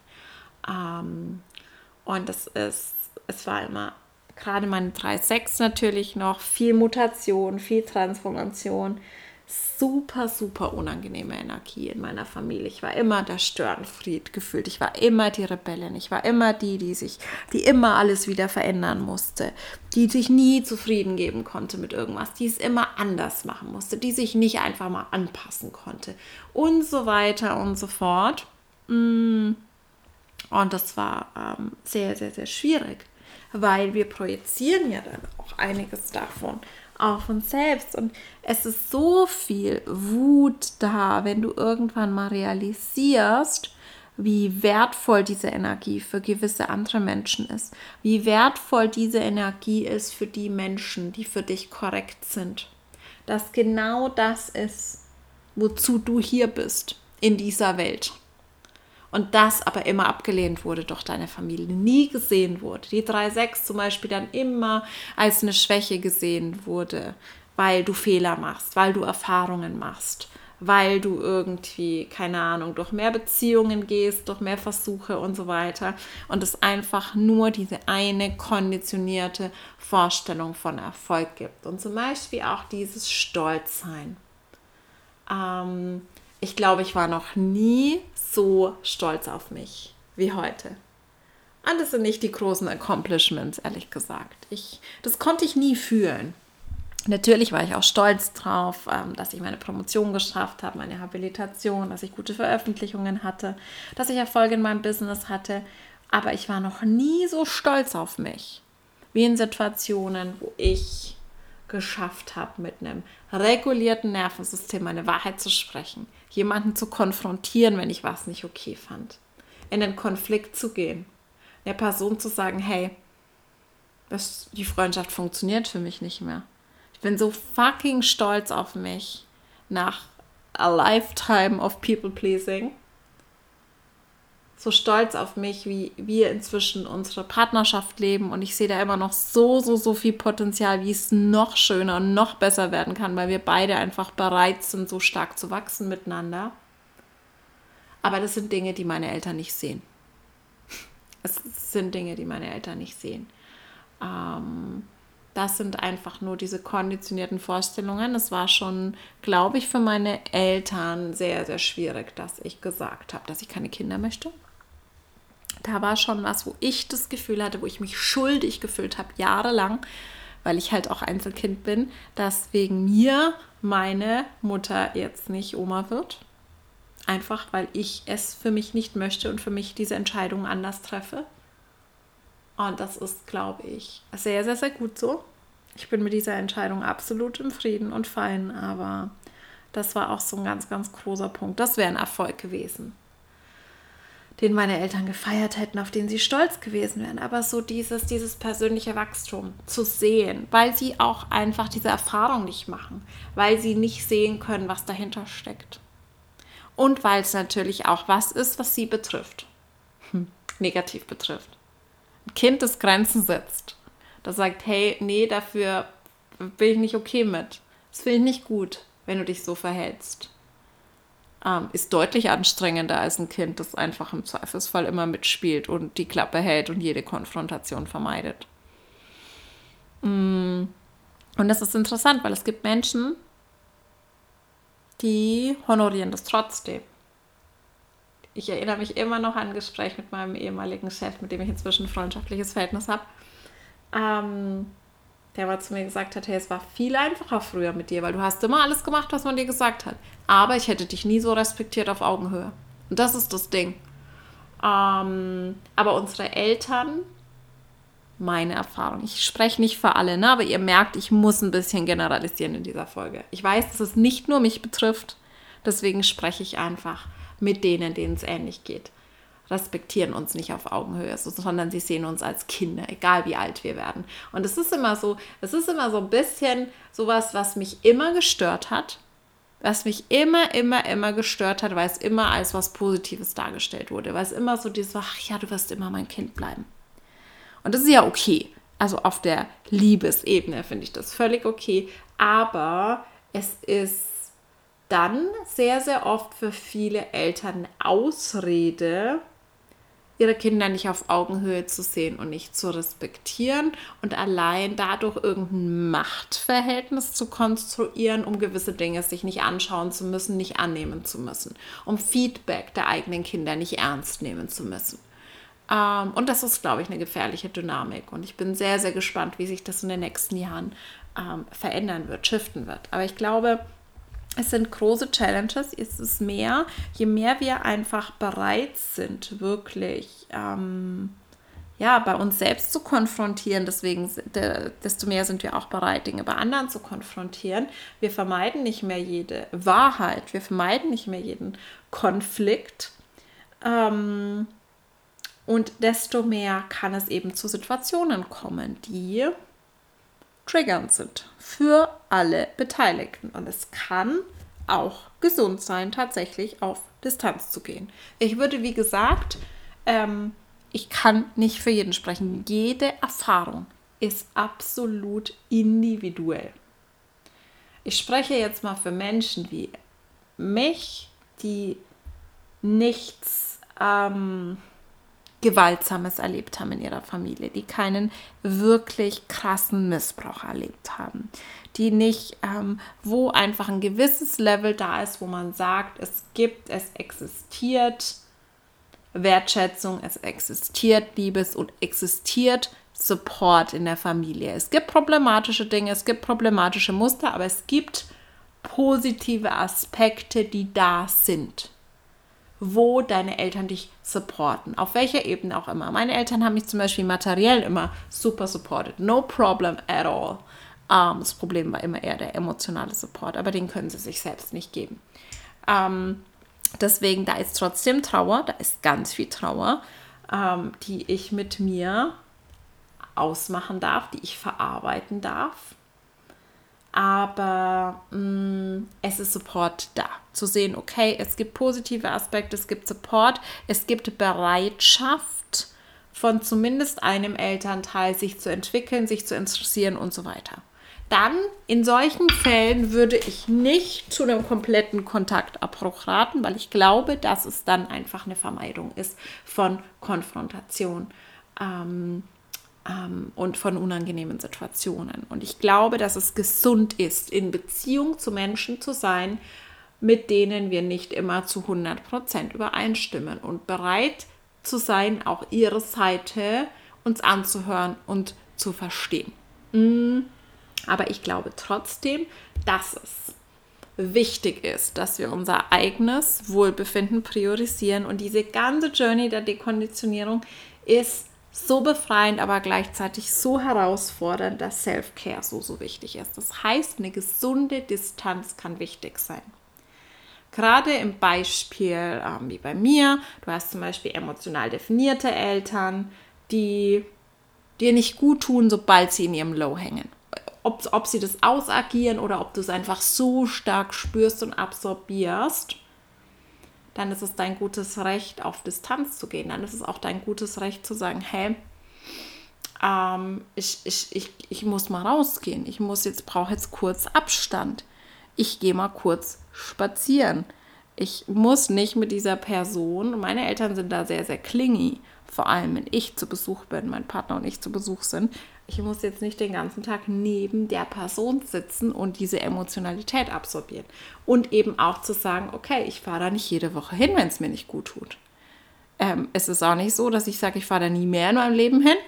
Und es war immer, gerade meine 3-6 natürlich noch, viel Mutation, viel Transformation, super unangenehme Energie in meiner Familie. Ich war immer der Störenfried gefühlt. Ich war immer die Rebellin. Ich war immer die immer alles wieder verändern musste, die sich nie zufrieden geben konnte mit irgendwas, die es immer anders machen musste, die sich nicht einfach mal anpassen konnte und so weiter und so fort. Und das war sehr schwierig, weil wir projizieren ja dann auch einiges davon auf uns selbst. Und es ist so viel Wut da, wenn du irgendwann mal realisierst, wie wertvoll diese Energie für gewisse andere Menschen ist, wie wertvoll diese Energie ist für die Menschen, die für dich korrekt sind. Dass genau das ist, wozu du hier bist in dieser Welt. Und das aber immer abgelehnt wurde durch deine Familie, nie gesehen wurde. Die 3-6 zum Beispiel dann immer als eine Schwäche gesehen wurde, weil du Fehler machst, weil du Erfahrungen machst, weil du irgendwie, keine Ahnung, durch mehr Beziehungen gehst, durch mehr Versuche und so weiter. Und es einfach nur diese eine konditionierte Vorstellung von Erfolg gibt. Und zum Beispiel auch dieses Stolzsein. Ich glaube, ich war noch nie so stolz auf mich wie heute. Und das sind nicht die großen Accomplishments, ehrlich gesagt. Das konnte ich nie fühlen. Natürlich war ich auch stolz drauf, dass ich meine Promotion geschafft habe, meine Habilitation, dass ich gute Veröffentlichungen hatte, dass ich Erfolge in meinem Business hatte. Aber ich war noch nie so stolz auf mich, wie in Situationen, wo ich geschafft habe, mit einem regulierten Nervensystem meine Wahrheit zu sprechen, jemanden zu konfrontieren, wenn ich was nicht okay fand, in den Konflikt zu gehen, der Person zu sagen, hey, die Freundschaft funktioniert für mich nicht mehr. Ich bin so fucking stolz auf mich nach a lifetime of people pleasing. So stolz auf mich, wie wir inzwischen unsere Partnerschaft leben, und ich sehe da immer noch so viel Potenzial, wie es noch schöner und noch besser werden kann, weil wir beide einfach bereit sind, so stark zu wachsen miteinander. Aber das sind Dinge, die meine Eltern nicht sehen. Es sind Dinge, die meine Eltern nicht sehen. Das sind einfach nur diese konditionierten Vorstellungen. Es war schon, glaube ich, für meine Eltern sehr schwierig, dass ich gesagt habe, dass ich keine Kinder möchte. Da war schon was, wo ich das Gefühl hatte, wo ich mich schuldig gefühlt habe, jahrelang, weil ich halt auch Einzelkind bin, dass wegen mir meine Mutter jetzt nicht Oma wird. Einfach, weil ich es für mich nicht möchte und für mich diese Entscheidung anders treffe. Und das ist, glaube ich, sehr, sehr, sehr gut so. Ich bin mit dieser Entscheidung absolut im Frieden und fein, aber das war auch so ein ganz, ganz großer Punkt. Das wäre ein Erfolg gewesen, den meine Eltern gefeiert hätten, auf den sie stolz gewesen wären. Aber so dieses persönliche Wachstum zu sehen, weil sie auch einfach diese Erfahrung nicht machen, weil sie nicht sehen können, was dahinter steckt. Und weil es natürlich auch was ist, was sie betrifft, negativ betrifft. Ein Kind, das Grenzen setzt, das sagt, hey, nee, dafür bin ich nicht okay mit. Das finde ich nicht gut, wenn du dich so verhältst. Ist deutlich anstrengender als ein Kind, das einfach im Zweifelsfall immer mitspielt und die Klappe hält und jede Konfrontation vermeidet. Und das ist interessant, weil es gibt Menschen, die honorieren das trotzdem. Ich erinnere mich immer noch an ein Gespräch mit meinem ehemaligen Chef, mit dem ich inzwischen ein freundschaftliches Verhältnis habe, der mal zu mir gesagt hat, hey, es war viel einfacher früher mit dir, weil du hast immer alles gemacht, was man dir gesagt hat. Aber ich hätte dich nie so respektiert auf Augenhöhe. Und das ist das Ding. Aber unsere Eltern, meine Erfahrung, ich spreche nicht für alle, ne? Aber ihr merkt, ich muss ein bisschen generalisieren in dieser Folge. Ich weiß, dass es nicht nur mich betrifft, deswegen spreche ich einfach mit denen es ähnlich geht. Respektieren uns nicht auf Augenhöhe, sondern sie sehen uns als Kinder, egal wie alt wir werden. Und es ist immer so ein bisschen sowas, was mich immer gestört hat, immer gestört hat, weil es immer als was Positives dargestellt wurde, weil es immer so dieses, ach ja, du wirst immer mein Kind bleiben. Und das ist ja okay. Also auf der Liebesebene finde ich das völlig okay, aber es ist dann sehr, sehr oft für viele Eltern eine Ausrede, ihre Kinder nicht auf Augenhöhe zu sehen und nicht zu respektieren und allein dadurch irgendein Machtverhältnis zu konstruieren, um gewisse Dinge sich nicht anschauen zu müssen, nicht annehmen zu müssen, um Feedback der eigenen Kinder nicht ernst nehmen zu müssen. Und das ist, glaube ich, eine gefährliche Dynamik und ich bin sehr, sehr gespannt, wie sich das in den nächsten Jahren verändern wird, shiften wird. Aber ich glaube, es sind große Challenges, es ist mehr, je mehr wir einfach bereit sind, wirklich bei uns selbst zu konfrontieren, desto mehr sind wir auch bereit, Dinge bei anderen zu konfrontieren. Wir vermeiden nicht mehr jede Wahrheit, wir vermeiden nicht mehr jeden Konflikt und desto mehr kann es eben zu Situationen kommen, die triggernd sind für alle Beteiligten. Und es kann auch gesund sein, tatsächlich auf Distanz zu gehen. Ich würde, wie gesagt, ich kann nicht für jeden sprechen. Jede Erfahrung ist absolut individuell. Ich spreche jetzt mal für Menschen wie mich, die nichts Gewaltsames erlebt haben in ihrer Familie, die keinen wirklich krassen Missbrauch erlebt haben, die nicht, wo einfach ein gewisses Level da ist, wo man sagt, es existiert Wertschätzung, es existiert Liebes und existiert Support in der Familie. Es gibt problematische Dinge, es gibt problematische Muster, aber es gibt positive Aspekte, die da sind, wo deine Eltern dich supporten, auf welcher Ebene auch immer. Meine Eltern haben mich zum Beispiel materiell immer super supported, no problem at all. Das Problem war immer eher der emotionale Support, aber den können sie sich selbst nicht geben. Deswegen, da ist trotzdem Trauer, da ist ganz viel Trauer, die ich mit mir ausmachen darf, die ich verarbeiten darf. Aber es ist Support da. Zu sehen, okay, es gibt positive Aspekte, es gibt Support, es gibt Bereitschaft von zumindest einem Elternteil, sich zu entwickeln, sich zu interessieren und so weiter. Dann, in solchen Fällen würde ich nicht zu einem kompletten Kontaktabbruch raten, weil ich glaube, dass es dann einfach eine Vermeidung ist von Konfrontation und von unangenehmen Situationen. Und ich glaube, dass es gesund ist, in Beziehung zu Menschen zu sein, mit denen wir nicht immer zu 100% übereinstimmen und bereit zu sein, auch ihre Seite uns anzuhören und zu verstehen. Aber ich glaube trotzdem, dass es wichtig ist, dass wir unser eigenes Wohlbefinden priorisieren. Und diese ganze Journey der Dekonditionierung ist so befreiend, aber gleichzeitig so herausfordernd, dass Self-Care so wichtig ist. Das heißt, eine gesunde Distanz kann wichtig sein. Gerade im Beispiel wie bei mir, du hast zum Beispiel emotional definierte Eltern, die dir nicht gut tun, sobald sie in ihrem Low hängen. Ob sie das ausagieren oder ob du es einfach so stark spürst und absorbierst, dann ist es dein gutes Recht, auf Distanz zu gehen. Dann ist es auch dein gutes Recht zu sagen, hey, ich muss mal rausgehen. Brauche jetzt kurz Abstand. Ich gehe mal kurz spazieren. Ich muss nicht mit dieser Person, meine Eltern sind da sehr, sehr clingy, vor allem wenn ich zu Besuch bin, mein Partner und ich zu Besuch sind. Ich muss jetzt nicht den ganzen Tag neben der Person sitzen und diese Emotionalität absorbieren. Und eben auch zu sagen, okay, ich fahre da nicht jede Woche hin, wenn es mir nicht gut tut. Es ist auch nicht so, dass ich sage, ich fahre da nie mehr in meinem Leben hin.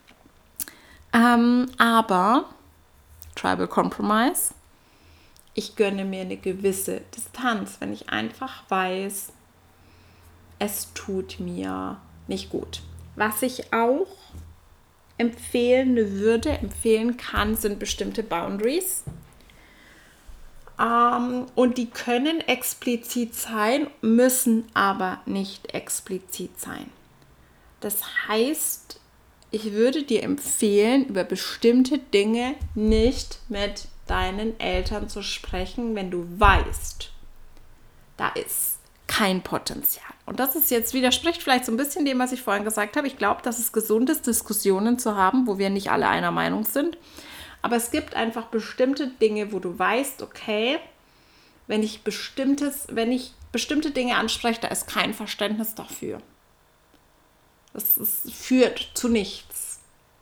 Aber Tribal Compromise, ich gönne mir eine gewisse Distanz, wenn ich einfach weiß, es tut mir nicht gut. Was ich auch empfehlen kann, sind bestimmte Boundaries. Und die können explizit sein, müssen aber nicht explizit sein. Das heißt, ich würde dir empfehlen, über bestimmte Dinge nicht mit deinen Eltern zu sprechen, wenn du weißt, da ist kein Potenzial. Und das ist jetzt, widerspricht vielleicht so ein bisschen dem, was ich vorhin gesagt habe. Ich glaube, dass es gesund ist, Diskussionen zu haben, wo wir nicht alle einer Meinung sind. Aber es gibt einfach bestimmte Dinge, wo du weißt, okay, wenn ich bestimmte Dinge anspreche, da ist kein Verständnis dafür. Führt zu nichts.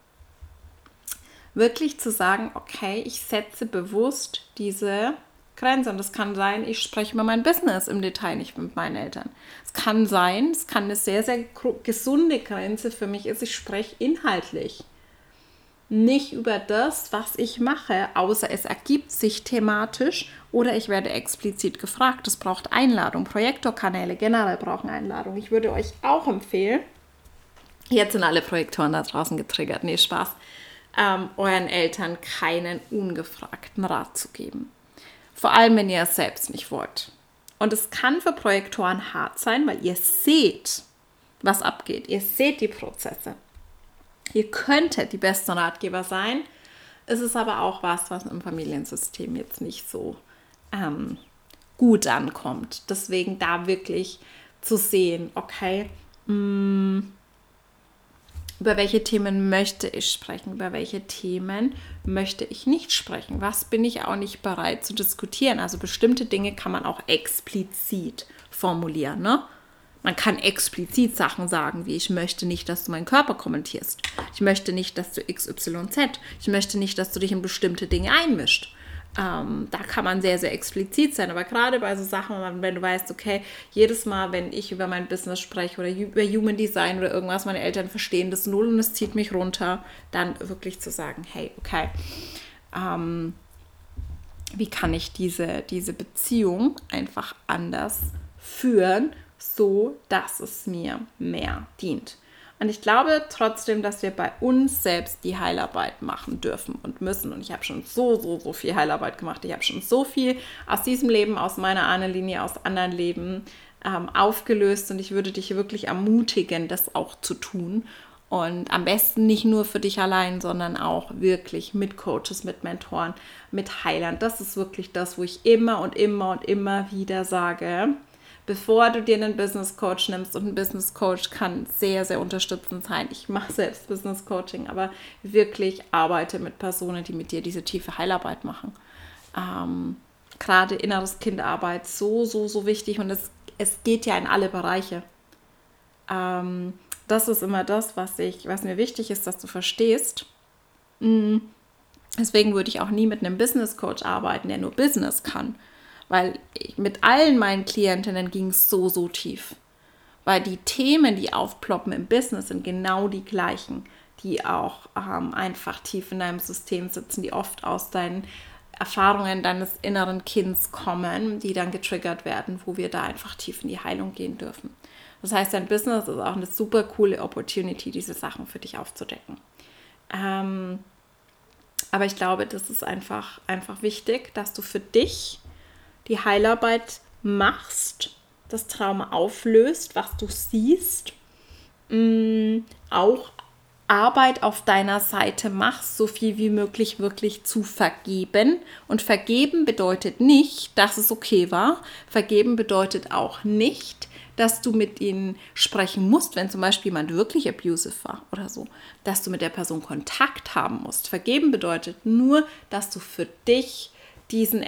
Wirklich zu sagen, okay, ich setze bewusst diese Grenze. Und das kann sein, ich spreche über mein Business im Detail nicht mit meinen Eltern. Es kann sein, es kann eine sehr, sehr gesunde Grenze für mich ist, ich spreche inhaltlich nicht über das, was ich mache, außer es ergibt sich thematisch oder ich werde explizit gefragt. Es braucht Einladung. Projektorkanäle generell brauchen Einladung. Ich würde euch auch empfehlen, jetzt sind alle Projektoren da draußen getriggert, nee, Spaß, euren Eltern keinen ungefragten Rat zu geben. Vor allem, wenn ihr es selbst nicht wollt. Und es kann für Projektoren hart sein, weil ihr seht, was abgeht. Ihr seht die Prozesse. Ihr könntet die besten Ratgeber sein. Es ist aber auch was im Familiensystem jetzt nicht so gut ankommt. Deswegen da wirklich zu sehen, okay, über welche Themen möchte ich sprechen, über welche Themen möchte ich nicht sprechen, was bin ich auch nicht bereit zu diskutieren. Also bestimmte Dinge kann man auch explizit formulieren, ne? Man kann explizit Sachen sagen, wie ich möchte nicht, dass du meinen Körper kommentierst. Ich möchte nicht, dass du XYZ. Ich möchte nicht, dass du dich in bestimmte Dinge einmischt. Da kann man sehr, sehr explizit sein. Aber gerade bei so Sachen, wenn du weißt, okay, jedes Mal, wenn ich über mein Business spreche oder über Human Design oder irgendwas, meine Eltern verstehen das null und es zieht mich runter, dann wirklich zu sagen, hey, okay, wie kann ich diese Beziehung einfach anders führen, so dass es mir mehr dient. Und ich glaube trotzdem, dass wir bei uns selbst die Heilarbeit machen dürfen und müssen. Und ich habe schon so viel Heilarbeit gemacht. Ich habe schon so viel aus diesem Leben, aus meiner Ahnenlinie, aus anderen Leben aufgelöst. Und ich würde dich wirklich ermutigen, das auch zu tun. Und am besten nicht nur für dich allein, sondern auch wirklich mit Coaches, mit Mentoren, mit Heilern. Das ist wirklich das, wo ich immer wieder sage, bevor du dir einen Business Coach nimmst, und ein Business Coach kann sehr, sehr unterstützend sein. Ich mache selbst Business Coaching, aber wirklich arbeite mit Personen, die mit dir diese tiefe Heilarbeit machen. Gerade inneres Kindarbeit, so wichtig, und es geht ja in alle Bereiche. Das ist immer das, was mir wichtig ist, dass du verstehst. Deswegen würde ich auch nie mit einem Business Coach arbeiten, der nur Business kann. Weil mit allen meinen Klientinnen ging es so tief. Weil die Themen, die aufploppen im Business, sind genau die gleichen. die auch einfach tief in deinem System sitzen, die oft aus deinen Erfahrungen deines inneren Kindes kommen, die dann getriggert werden, wo wir da einfach tief in die Heilung gehen dürfen. Das heißt, dein Business ist auch eine super coole Opportunity, diese Sachen für dich aufzudecken. Aber ich glaube, das ist einfach wichtig, dass du für dich die Heilarbeit machst, das Trauma auflöst, was du siehst, auch Arbeit auf deiner Seite machst, so viel wie möglich wirklich zu vergeben. Und vergeben bedeutet nicht, dass es okay war. Vergeben bedeutet auch nicht, dass du mit ihnen sprechen musst, wenn zum Beispiel jemand wirklich abusive war oder so, dass du mit der Person Kontakt haben musst. Vergeben bedeutet nur, dass du für dich diese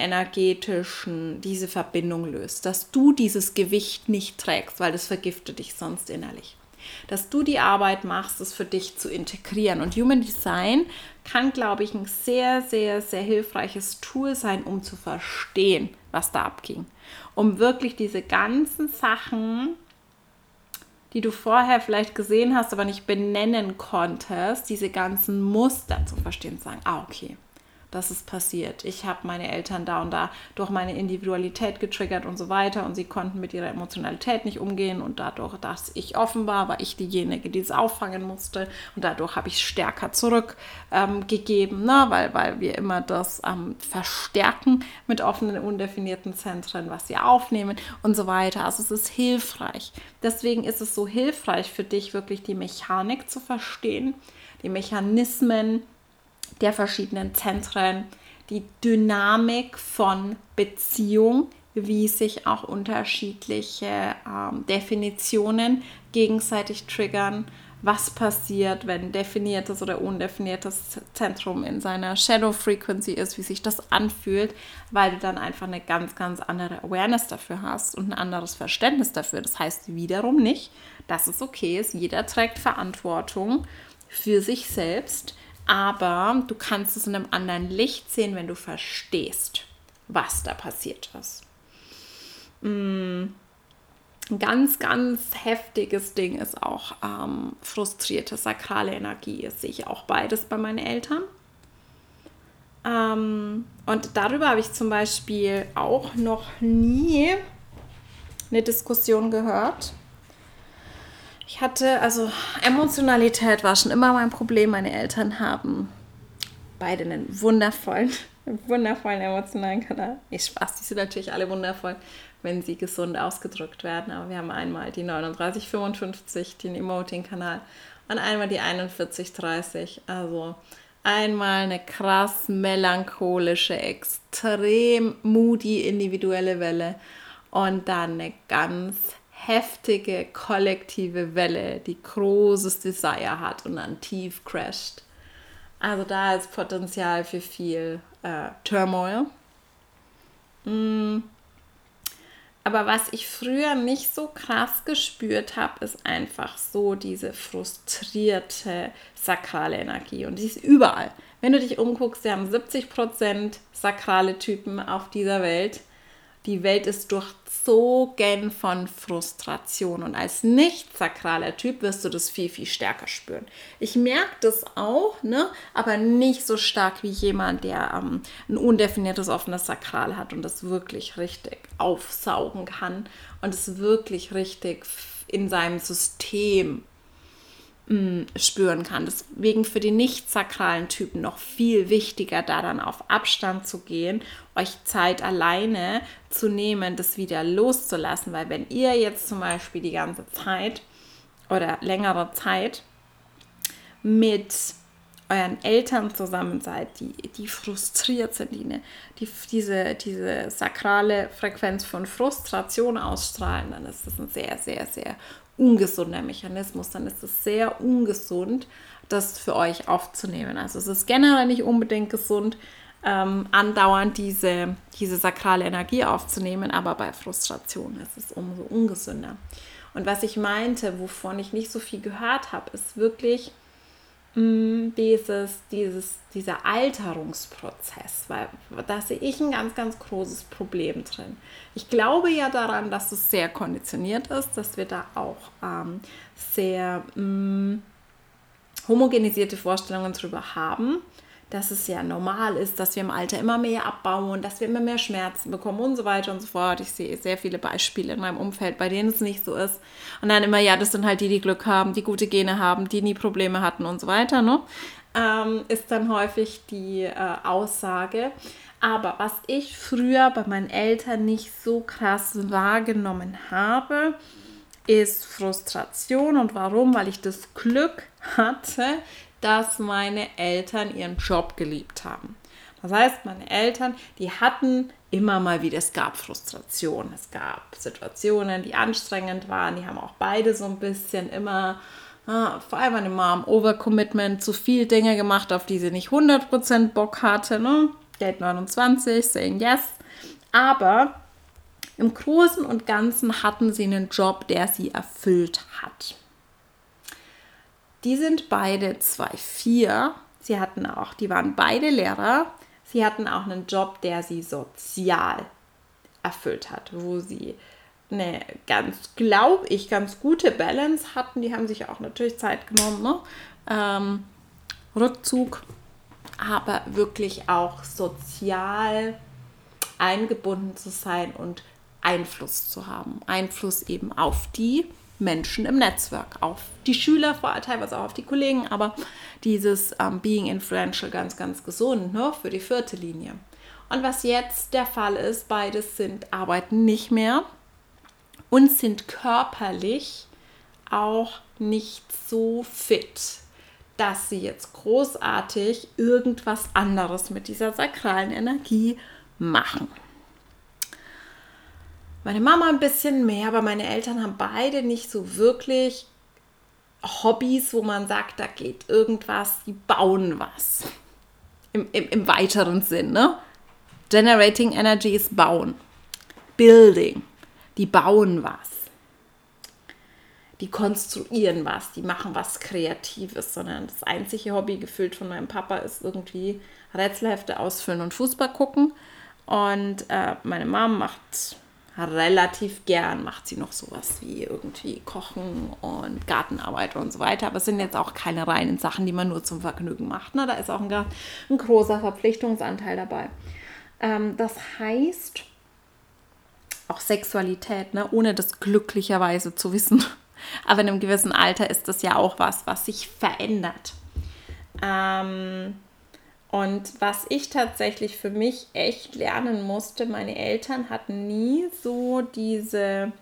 Verbindung löst, dass du dieses Gewicht nicht trägst, weil das vergiftet dich sonst innerlich. Dass du die Arbeit machst, es für dich zu integrieren. Und Human Design kann, glaube ich, ein sehr, sehr, sehr hilfreiches Tool sein, um zu verstehen, was da abging. Um wirklich diese ganzen Sachen, die du vorher vielleicht gesehen hast, aber nicht benennen konntest, diese ganzen Muster zu verstehen und sagen, okay, das ist passiert. Ich habe meine Eltern da und da durch meine Individualität getriggert und so weiter und sie konnten mit ihrer Emotionalität nicht umgehen und dadurch, dass ich offen war ich diejenige, die es auffangen musste und dadurch habe ich stärker zurückgegeben, weil wir immer das verstärken mit offenen, undefinierten Zentren, was sie aufnehmen und so weiter. Also es ist hilfreich. Deswegen ist es so hilfreich für dich, wirklich die Mechanik zu verstehen, die Mechanismen der verschiedenen Zentren, die Dynamik von Beziehung, wie sich auch unterschiedliche Definitionen gegenseitig triggern, was passiert, wenn definiertes oder undefiniertes Zentrum in seiner Shadow Frequency ist, wie sich das anfühlt, weil du dann einfach eine ganz, ganz andere Awareness dafür hast und ein anderes Verständnis dafür. Das heißt wiederum nicht, dass es okay ist, jeder trägt Verantwortung für sich selbst, aber du kannst es in einem anderen Licht sehen, wenn du verstehst, was da passiert ist. Ein ganz, ganz heftiges Ding ist auch frustrierte sakrale Energie. Das sehe ich auch beides bei meinen Eltern. Und darüber habe ich zum Beispiel auch noch nie eine Diskussion gehört. Emotionalität war schon immer mein Problem. Meine Eltern haben beide einen wundervollen emotionalen Kanal. Spaß, die sind natürlich alle wundervoll, wenn sie gesund ausgedrückt werden. Aber wir haben einmal die 3955, den Emoting-Kanal, und einmal die 4130. Also einmal eine krass melancholische, extrem moody individuelle Welle und dann eine ganz heftige kollektive Welle, die großes Desire hat und dann tief crasht. Also da ist Potenzial für viel Turmoil. Aber was ich früher nicht so krass gespürt habe, ist einfach so diese frustrierte sakrale Energie. Und die ist überall. Wenn du dich umguckst, wir haben 70% sakrale Typen auf dieser Welt. Die Welt ist durchzogen von Frustration und als nicht sakraler Typ wirst du das viel, viel stärker spüren. Ich merke das auch, aber nicht so stark wie jemand, der ein undefiniertes offenes Sakral hat und das wirklich richtig aufsaugen kann und es wirklich richtig in seinem System spüren kann. Deswegen für die nicht-sakralen Typen noch viel wichtiger, da dann auf Abstand zu gehen, euch Zeit alleine zu nehmen, das wieder loszulassen, weil wenn ihr jetzt zum Beispiel die ganze Zeit oder längere Zeit mit euren Eltern zusammen seid, die frustriert sind, die diese sakrale Frequenz von Frustration ausstrahlen, dann ist das ein sehr, sehr, sehr ungesunder Mechanismus, dann ist es sehr ungesund, das für euch aufzunehmen. Also es ist generell nicht unbedingt gesund, andauernd diese sakrale Energie aufzunehmen, aber bei Frustration ist es umso ungesünder. Und was ich meinte, wovon ich nicht so viel gehört habe, ist wirklich dieser Alterungsprozess, weil da sehe ich ein ganz, ganz großes Problem drin. Ich glaube ja daran, dass es sehr konditioniert ist, dass wir da auch sehr homogenisierte Vorstellungen darüber haben, dass es ja normal ist, dass wir im Alter immer mehr abbauen, dass wir immer mehr Schmerzen bekommen und so weiter und so fort. Ich sehe sehr viele Beispiele in meinem Umfeld, bei denen es nicht so ist. Und dann immer, ja, das sind halt die, die Glück haben, die gute Gene haben, die nie Probleme hatten und so weiter, ne? Ist dann häufig die Aussage. Aber was ich früher bei meinen Eltern nicht so krass wahrgenommen habe, ist Frustration. Und warum? Weil ich das Glück hatte, dass meine Eltern ihren Job geliebt haben. Das heißt, meine Eltern, die hatten immer mal wieder, es gab Frustration, es gab Situationen, die anstrengend waren, die haben auch beide so ein bisschen immer, vor allem meine Mom, Overcommitment, zu viel Dinge gemacht, auf die sie nicht 100% Bock hatte, ne? Gate 29, saying yes, aber im Großen und Ganzen hatten sie einen Job, der sie erfüllt hat. Die sind beide 2,4. Die waren beide Lehrer. Sie hatten auch einen Job, der sie sozial erfüllt hat, wo sie eine ganz gute Balance hatten. Die haben sich auch natürlich Zeit genommen, ne? Rückzug, aber wirklich auch sozial eingebunden zu sein und Einfluss zu haben. Einfluss eben auf die Menschen im Netzwerk, auf die Schüler, teilweise auch auf die Kollegen, aber dieses Being influential ganz, ganz gesund, ne, für die 4. Linie. Und was jetzt der Fall ist, beides arbeiten nicht mehr und sind körperlich auch nicht so fit, dass sie jetzt großartig irgendwas anderes mit dieser sakralen Energie machen. Meine Mama ein bisschen mehr, aber meine Eltern haben beide nicht so wirklich Hobbys, wo man sagt, da geht irgendwas, die bauen was. Im weiteren Sinn, ne? Generating Energy ist bauen. Building. Die bauen was. Die konstruieren was, die machen was Kreatives, sondern das einzige Hobby gefüllt von meinem Papa ist irgendwie Rätselhefte ausfüllen und Fußball gucken. Und meine Mom macht sie noch sowas wie irgendwie Kochen und Gartenarbeit und so weiter. Aber es sind jetzt auch keine reinen Sachen, die man nur zum Vergnügen macht. Ne? Da ist auch ein großer Verpflichtungsanteil dabei. Das heißt, auch Sexualität, ne? Ohne das glücklicherweise zu wissen. Aber in einem gewissen Alter ist das ja auch was sich verändert. Und was ich tatsächlich für mich echt lernen musste, meine Eltern hatten nie so diese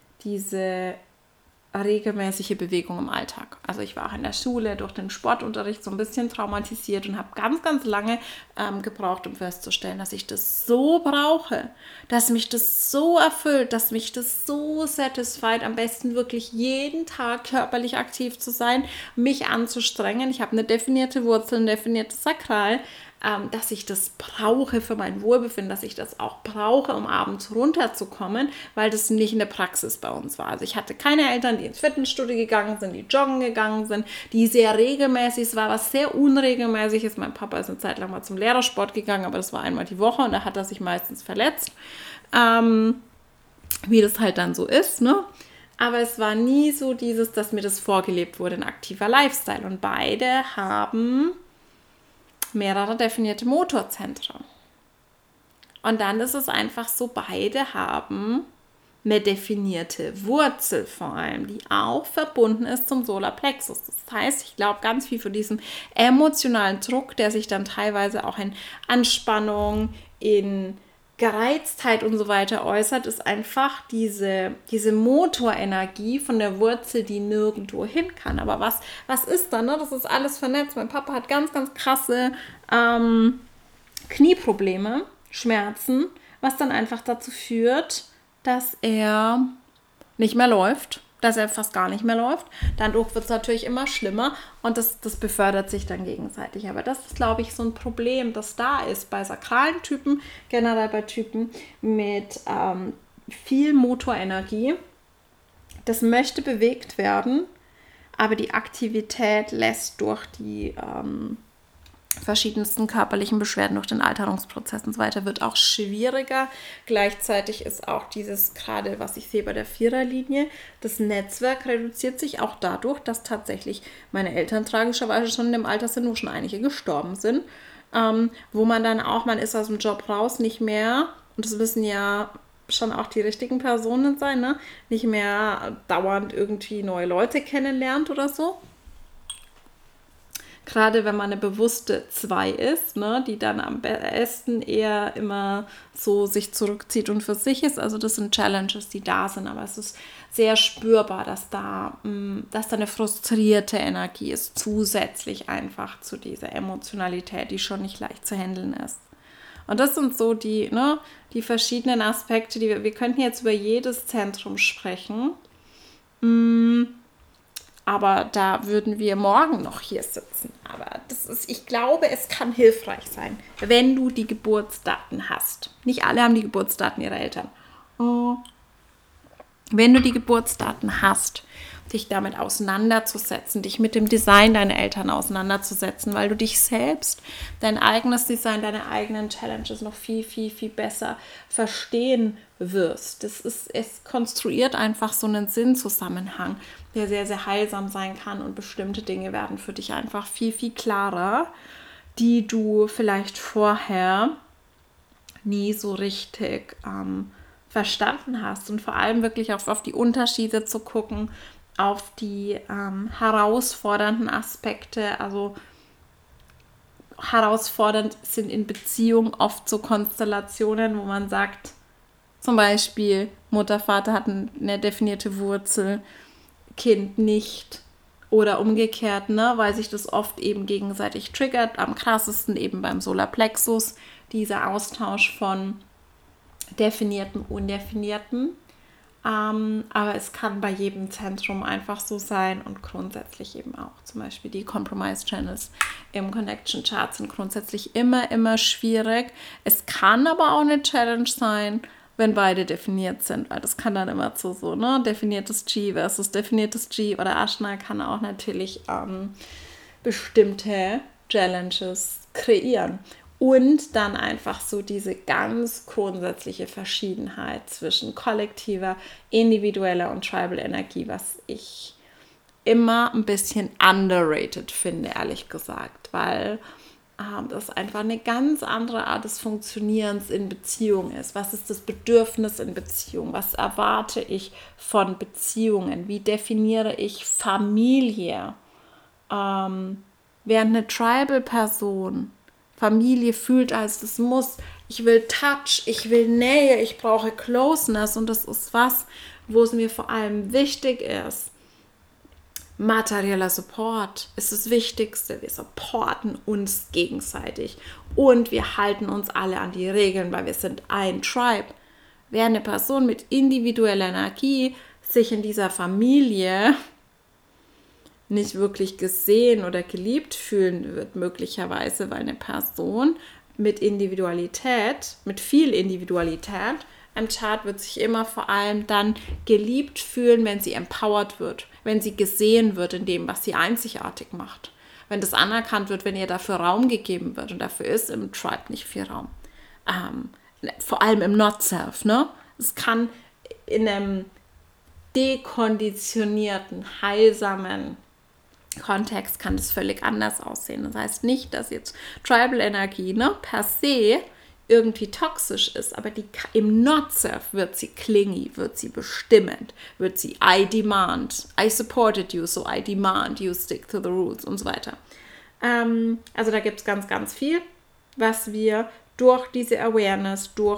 regelmäßige Bewegung im Alltag. Also ich war auch in der Schule durch den Sportunterricht so ein bisschen traumatisiert und habe ganz, ganz lange gebraucht, um festzustellen, dass ich das so brauche, dass mich das so erfüllt, dass mich das so satisfied, am besten wirklich jeden Tag körperlich aktiv zu sein, mich anzustrengen. Ich habe eine definierte Wurzel, ein definiertes Sakral, dass ich das brauche für mein Wohlbefinden, dass ich das auch brauche, um abends runterzukommen, weil das nicht in der Praxis bei uns war. Also ich hatte keine Eltern, die ins Fitnessstudio gegangen sind, die joggen gegangen sind, die sehr regelmäßig, es war was sehr Unregelmäßiges. Mein Papa ist eine Zeit lang mal zum Lehrersport gegangen, aber das war einmal die Woche und da hat er sich meistens verletzt, wie das halt dann so ist, ne? Aber es war nie so dass mir das vorgelebt wurde, ein aktiver Lifestyle. Und beide haben mehrere definierte Motorzentren. Und dann ist es einfach so, beide haben eine definierte Wurzel vor allem, die auch verbunden ist zum Solarplexus. Das heißt, ich glaube, ganz viel von diesem emotionalen Druck, der sich dann teilweise auch in Anspannung, in Gereiztheit und so weiter äußert, ist einfach diese Motorenergie von der Wurzel, die nirgendwo hin kann. Aber was ist dann? Ne? Das ist alles vernetzt. Mein Papa hat ganz, ganz krasse Knieprobleme, Schmerzen, was dann einfach dazu führt, dass er nicht mehr läuft, dass er fast gar nicht mehr läuft. Dadurch wird es natürlich immer schlimmer und das befördert sich dann gegenseitig. Aber das ist, glaube ich, so ein Problem, das da ist bei sakralen Typen, generell bei Typen mit viel Motorenergie. Das möchte bewegt werden, aber die Aktivität lässt durch die verschiedensten körperlichen Beschwerden durch den Alterungsprozess und so weiter, wird auch schwieriger. Gleichzeitig ist auch dieses, gerade was ich sehe bei der Viererlinie, das Netzwerk reduziert sich auch dadurch, dass tatsächlich meine Eltern tragischerweise schon in dem Alter sind, wo schon einige gestorben sind, wo man dann auch, man ist aus dem Job raus, nicht mehr, und das müssen ja schon auch die richtigen Personen sein, ne? Nicht mehr dauernd irgendwie neue Leute kennenlernt oder so. Gerade wenn man eine bewusste 2 ist, ne, die dann am besten eher immer so sich zurückzieht und für sich ist. Also das sind Challenges, die da sind, aber es ist sehr spürbar, dass da eine frustrierte Energie ist, zusätzlich einfach zu dieser Emotionalität, die schon nicht leicht zu handeln ist. Und das sind so die verschiedenen Aspekte, wir könnten jetzt über jedes Zentrum sprechen. Aber da würden wir morgen noch hier sitzen. Aber ich glaube, es kann hilfreich sein, wenn du die Geburtsdaten hast. Nicht alle haben die Geburtsdaten ihrer Eltern. Wenn du die Geburtsdaten hast, dich damit auseinanderzusetzen, dich mit dem Design deiner Eltern auseinanderzusetzen, weil du dich selbst, dein eigenes Design, deine eigenen Challenges noch viel, viel, viel besser verstehen wirst. Es konstruiert einfach so einen Sinnzusammenhang, der sehr, sehr heilsam sein kann, und bestimmte Dinge werden für dich einfach viel, viel klarer, die du vielleicht vorher nie so richtig verstanden hast, und vor allem wirklich auf die Unterschiede zu gucken, auf die herausfordernden Aspekte. Also herausfordernd sind in Beziehungen oft so Konstellationen, wo man sagt, zum Beispiel Mutter, Vater hatten eine definierte Wurzel, Kind nicht, oder umgekehrt, ne, weil sich das oft eben gegenseitig triggert. Am krassesten eben beim Solarplexus, dieser Austausch von definiertem, undefiniertem. Aber es kann bei jedem Zentrum einfach so sein, und grundsätzlich eben auch. Zum Beispiel die Compromise Channels im Connection Chart sind grundsätzlich immer schwierig. Es kann aber auch eine Challenge sein, wenn beide definiert sind, weil das kann dann immer zu so, ne, definiertes G versus definiertes G, oder Ashna kann auch natürlich bestimmte Challenges kreieren. Und dann einfach so diese ganz grundsätzliche Verschiedenheit zwischen kollektiver, individueller und tribal Energie, was ich immer ein bisschen underrated finde, ehrlich gesagt, weil das einfach eine ganz andere Art des Funktionierens in Beziehung ist. Was ist das Bedürfnis in Beziehung? Was erwarte ich von Beziehungen? Wie definiere ich Familie? Während eine Tribal-Person Familie fühlt als das muss, ich will Touch, ich will Nähe, ich brauche Closeness, und das ist was, wo es mir vor allem wichtig ist. Materieller Support ist das Wichtigste. Wir supporten uns gegenseitig und wir halten uns alle an die Regeln, weil wir sind ein Tribe. Wer eine Person mit individueller Energie sich in dieser Familie nicht wirklich gesehen oder geliebt fühlen wird, möglicherweise, weil eine Person mit Individualität, mit viel Individualität im Chart wird sich immer vor allem dann geliebt fühlen, wenn sie empowered wird, wenn sie gesehen wird in dem, was sie einzigartig macht. Wenn das anerkannt wird, wenn ihr dafür Raum gegeben wird, und dafür ist im Tribe nicht viel Raum. Vor allem im Not-Self, ne? Es kann in einem dekonditionierten, heilsamen Kontext kann das völlig anders aussehen. Das heißt nicht, dass jetzt Tribal-Energie, ne, per se irgendwie toxisch ist, aber im Not-Self wird sie clingy, wird sie bestimmend, wird sie I demand, I supported you, so I demand you stick to the rules und so weiter. Also da gibt es ganz, ganz viel, was wir durch diese Awareness, durch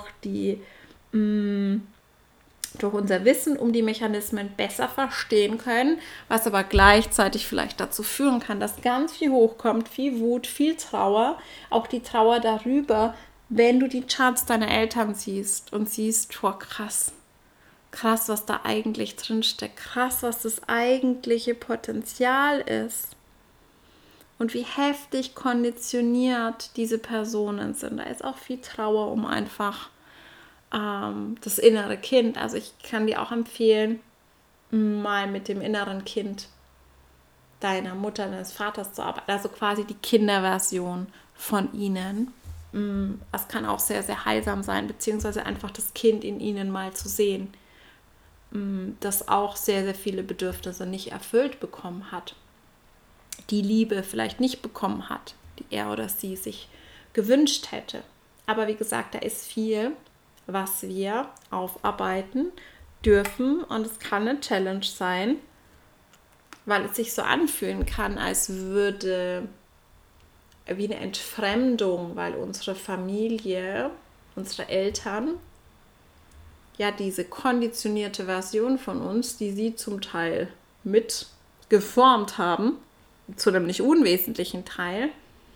unser Wissen um die Mechanismen besser verstehen können, was aber gleichzeitig vielleicht dazu führen kann, dass ganz viel hochkommt, viel Wut, viel Trauer, auch die Trauer darüber, wenn du die Charts deiner Eltern siehst und siehst, boah, krass, was da eigentlich drinsteckt, krass, was das eigentliche Potenzial ist und wie heftig konditioniert diese Personen sind. Da ist auch viel Trauer um einfach das innere Kind. Also ich kann dir auch empfehlen, mal mit dem inneren Kind deiner Mutter, deines Vaters zu arbeiten, also quasi die Kinderversion von ihnen. Es kann auch sehr, sehr heilsam sein, beziehungsweise einfach das Kind in ihnen mal zu sehen, das auch sehr, sehr viele Bedürfnisse nicht erfüllt bekommen hat, die Liebe vielleicht nicht bekommen hat, die er oder sie sich gewünscht hätte. Aber wie gesagt, da ist viel, was wir aufarbeiten dürfen, und es kann eine Challenge sein, weil es sich so anfühlen kann, als würde wie eine Entfremdung, weil unsere Familie, unsere Eltern, ja diese konditionierte Version von uns, die sie zum Teil mit geformt haben, zu einem nicht unwesentlichen Teil,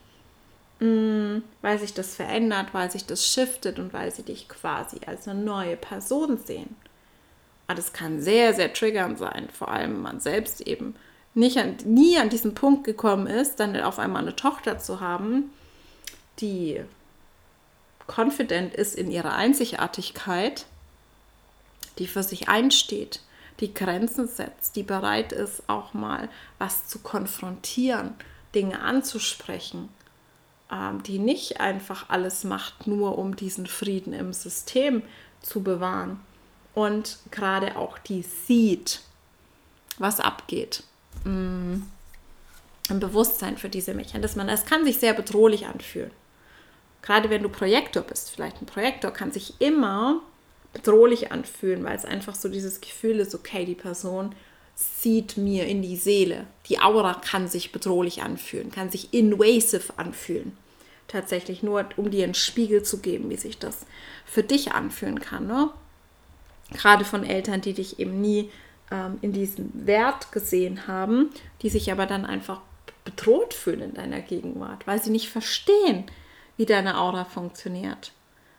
weil sich das verändert, weil sich das shiftet und weil sie dich quasi als eine neue Person sehen. Aber das kann sehr, sehr triggernd sein, vor allem wenn man selbst eben nie an diesen Punkt gekommen ist, dann auf einmal eine Tochter zu haben, die confident ist in ihrer Einzigartigkeit, die für sich einsteht, die Grenzen setzt, die bereit ist, auch mal was zu konfrontieren, Dinge anzusprechen, die nicht einfach alles macht, nur um diesen Frieden im System zu bewahren. Und gerade auch die sieht, was abgeht. Ein Bewusstsein für diese Mechanismen. Das kann sich sehr bedrohlich anfühlen. Gerade wenn du Projektor bist, vielleicht ein Projektor kann sich immer bedrohlich anfühlen, weil es einfach so dieses Gefühl ist, okay, die Person sieht mir in die Seele. Die Aura kann sich bedrohlich anfühlen, kann sich invasive anfühlen. Tatsächlich nur, um dir einen Spiegel zu geben, wie sich das für dich anfühlen kann. Ne? Gerade von Eltern, die dich eben nie in diesem Wert gesehen haben, die sich aber dann einfach bedroht fühlen in deiner Gegenwart, weil sie nicht verstehen, wie deine Aura funktioniert.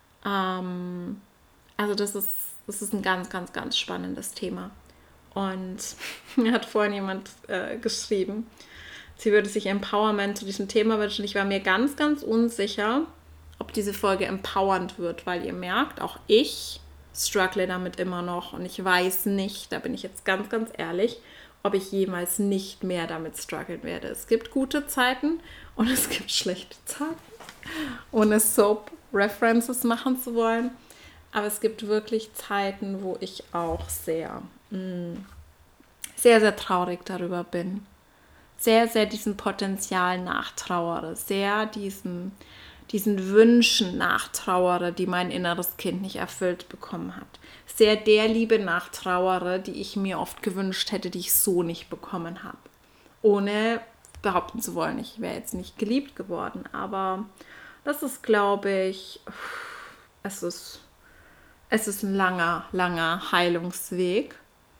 Also das ist ein ganz, ganz, ganz spannendes Thema. Und mir hat vorhin jemand geschrieben, sie würde sich Empowerment zu diesem Thema wünschen. Ich war mir ganz, ganz unsicher, ob diese Folge empowernd wird, weil ihr merkt, auch ich struggle damit immer noch und ich weiß nicht, da bin ich jetzt ganz, ganz ehrlich, ob ich jemals nicht mehr damit strugglen werde. Es gibt gute Zeiten und es gibt schlechte Zeiten, ohne Soap-References machen zu wollen. Aber es gibt wirklich Zeiten, wo ich auch sehr, sehr, sehr traurig darüber bin. Sehr, sehr diesem Potenzial nachtrauere. Sehr diesen Wünschen nachtrauere, die mein inneres Kind nicht erfüllt bekommen hat. Sehr der Liebe nachtrauere, die ich mir oft gewünscht hätte, die ich so nicht bekommen habe. Ohne behaupten zu wollen, ich wäre jetzt nicht geliebt geworden. Aber das ist, glaube ich, es ist ein langer, langer Heilungsweg.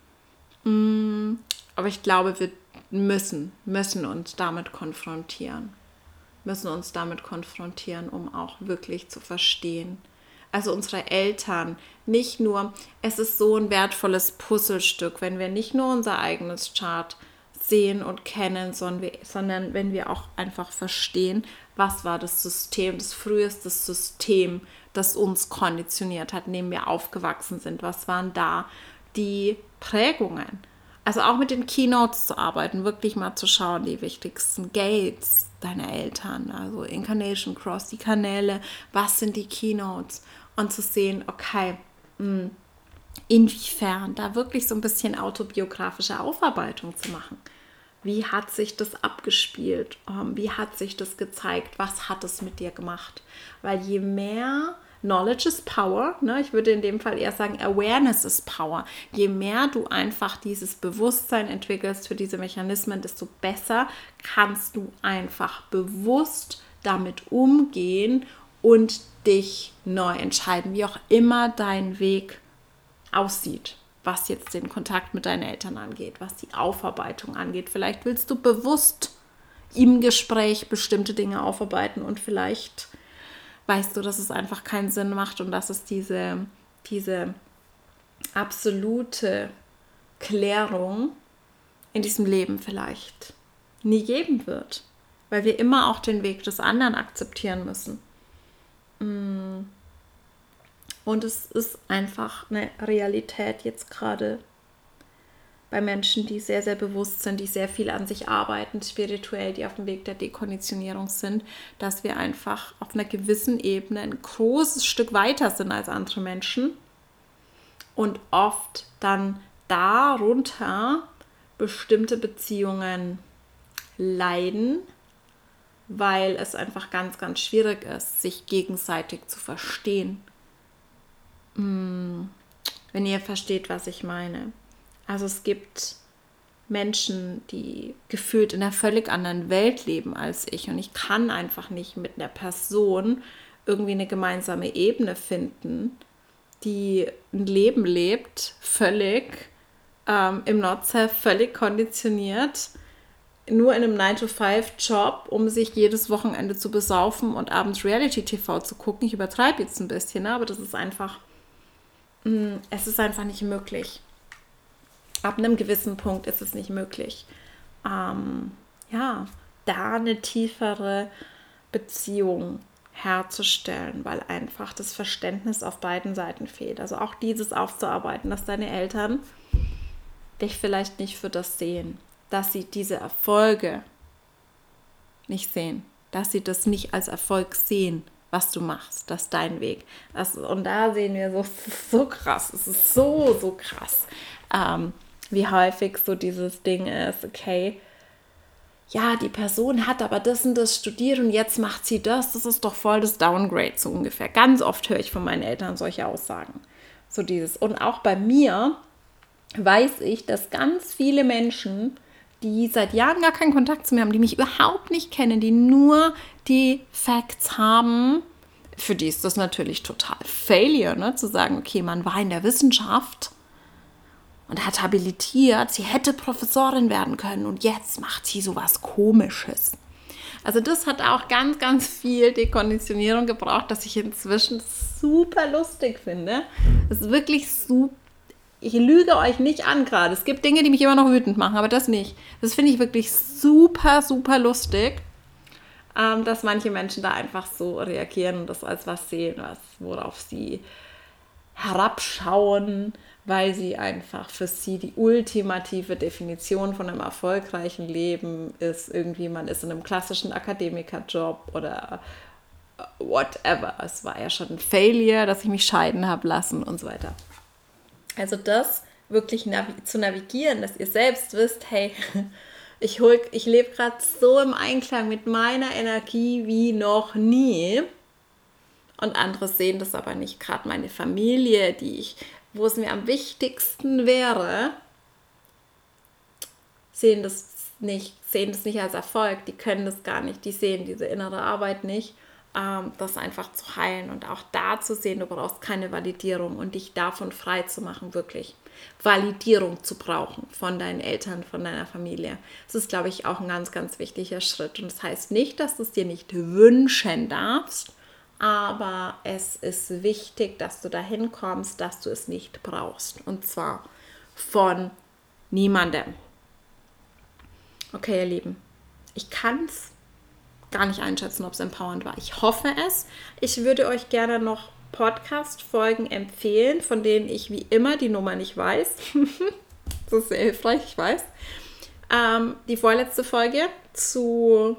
Aber ich glaube, wir müssen uns damit konfrontieren. Um auch wirklich zu verstehen. Also unsere Eltern, nicht nur, es ist so ein wertvolles Puzzlestück, wenn wir nicht nur unser eigenes Chart sehen und kennen, sondern wenn wir auch einfach verstehen, was war das System, das früheste System, das uns konditioniert hat, in dem wir aufgewachsen sind. Was waren da die Prägungen? Also auch mit den Keynotes zu arbeiten, wirklich mal zu schauen, die wichtigsten Gates deiner Eltern, also Incarnation Cross, die Kanäle, was sind die Keynotes? Und zu sehen, okay, inwiefern da wirklich so ein bisschen autobiografische Aufarbeitung zu machen. Wie hat sich das abgespielt? Wie hat sich das gezeigt? Was hat es mit dir gemacht? Weil je mehr Knowledge is Power, ne? Ich würde in dem Fall eher sagen, Awareness is Power. Je mehr du einfach dieses Bewusstsein entwickelst für diese Mechanismen, desto besser kannst du einfach bewusst damit umgehen und dich neu entscheiden, wie auch immer dein Weg aussieht, was jetzt den Kontakt mit deinen Eltern angeht, was die Aufarbeitung angeht. Vielleicht willst du bewusst im Gespräch bestimmte Dinge aufarbeiten und vielleicht weißt du, dass es einfach keinen Sinn macht und dass es diese absolute Klärung in diesem Leben vielleicht nie geben wird, weil wir immer auch den Weg des anderen akzeptieren müssen. Und es ist einfach eine Realität jetzt gerade bei Menschen, die sehr, sehr bewusst sind, die sehr viel an sich arbeiten, spirituell, die auf dem Weg der Dekonditionierung sind, dass wir einfach auf einer gewissen Ebene ein großes Stück weiter sind als andere Menschen und oft dann darunter bestimmte Beziehungen leiden, weil es einfach ganz, ganz schwierig ist, sich gegenseitig zu verstehen. Wenn ihr versteht, was ich meine. Also es gibt Menschen, die gefühlt in einer völlig anderen Welt leben als ich und ich kann einfach nicht mit einer Person irgendwie eine gemeinsame Ebene finden, die ein Leben lebt, völlig im Not-Self, völlig konditioniert, nur in einem 9-to-5-Job, um sich jedes Wochenende zu besaufen und abends Reality-TV zu gucken. Ich übertreibe jetzt ein bisschen, aber das ist einfach, es ist einfach nicht möglich. Ab einem gewissen Punkt ist es nicht möglich, da eine tiefere Beziehung herzustellen, weil einfach das Verständnis auf beiden Seiten fehlt. Also auch dieses aufzuarbeiten, dass deine Eltern dich vielleicht nicht für das sehen, dass sie diese Erfolge nicht sehen, dass sie das nicht als Erfolg sehen, was du machst, das ist dein Weg. Und da sehen wir so krass, es ist so krass, wie häufig so dieses Ding ist, okay, ja, die Person hat aber das und das studiert und jetzt macht sie das ist doch voll das Downgrade, so ungefähr. Ganz oft höre ich von meinen Eltern solche Aussagen. So dieses. Und auch bei mir weiß ich, dass ganz viele Menschen, die seit Jahren gar keinen Kontakt zu mir haben, die mich überhaupt nicht kennen, die nur die Facts haben, für die ist das natürlich total Failure, ne? Zu sagen, okay, man war in der Wissenschaft und hat habilitiert, sie hätte Professorin werden können und jetzt macht sie sowas Komisches. Also das hat auch ganz, ganz viel Dekonditionierung gebraucht, dass ich inzwischen super lustig finde. Das ist wirklich super. Ich lüge euch nicht an gerade. Es gibt Dinge, die mich immer noch wütend machen, aber das nicht. Das finde ich wirklich super, super lustig, dass manche Menschen da einfach so reagieren und das als was sehen, worauf sie herabschauen, weil sie einfach für sie die ultimative Definition von einem erfolgreichen Leben ist. Irgendwie, man ist in einem klassischen Akademikerjob oder whatever. Es war ja schon ein Failure, dass ich mich scheiden habe lassen und so weiter. Also das wirklich zu navigieren, dass ihr selbst wisst, hey, ich lebe gerade so im Einklang mit meiner Energie wie noch nie. Und andere sehen das aber nicht. Gerade meine Familie, wo es mir am wichtigsten wäre, sehen das nicht als Erfolg. Die können das gar nicht. Die sehen diese innere Arbeit nicht. Das einfach zu heilen und auch da zu sehen, du brauchst keine Validierung und dich davon frei zu machen, wirklich Validierung zu brauchen von deinen Eltern, von deiner Familie. Das ist, glaube ich, auch ein ganz, ganz wichtiger Schritt. Und das heißt nicht, dass du es dir nicht wünschen darfst, aber es ist wichtig, dass du dahin kommst, dass du es nicht brauchst. Und zwar von niemandem. Okay, ihr Lieben, ich kann es gar nicht einschätzen, ob es empowernd war. Ich hoffe es. Ich würde euch gerne noch Podcast-Folgen empfehlen, von denen ich wie immer die Nummer nicht weiß. Das ist sehr hilfreich, ich weiß. Die vorletzte Folge zu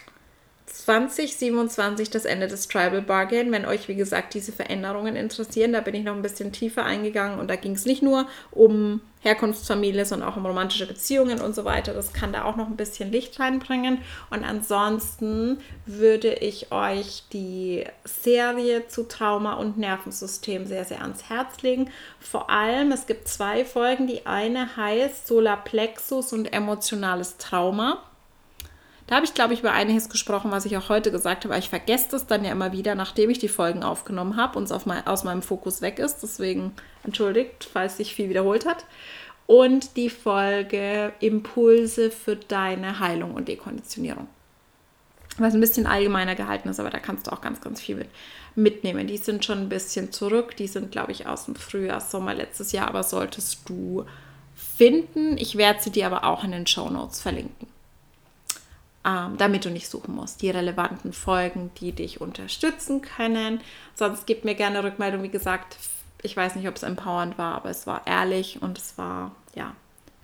2027, das Ende des Tribal Bargain. Wenn euch, wie gesagt, diese Veränderungen interessieren, da bin ich noch ein bisschen tiefer eingegangen und da ging es nicht nur um Herkunftsfamilie, sondern auch um romantische Beziehungen und so weiter. Das kann da auch noch ein bisschen Licht reinbringen. Und ansonsten würde ich euch die Serie zu Trauma und Nervensystem sehr, sehr ans Herz legen. Vor allem, es gibt 2 Folgen. Die eine heißt Solarplexus und emotionales Trauma. Da habe ich, glaube ich, über einiges gesprochen, was ich auch heute gesagt habe. Aber ich vergesse das dann ja immer wieder, nachdem ich die Folgen aufgenommen habe und es aus meinem Fokus weg ist. Deswegen entschuldigt, falls sich viel wiederholt hat. Und die Folge Impulse für deine Heilung und Dekonditionierung. Was ein bisschen allgemeiner gehalten ist, aber da kannst du auch ganz, ganz viel mitnehmen. Die sind schon ein bisschen zurück. Die sind, glaube ich, aus dem Frühjahr, Sommer letztes Jahr. Aber solltest du finden. Ich werde sie dir aber auch in den Shownotes verlinken. Damit du nicht suchen musst. Die relevanten Folgen, die dich unterstützen können. Sonst gib mir gerne Rückmeldung. Wie gesagt, ich weiß nicht, ob es empowernd war, aber es war ehrlich und es war, ja,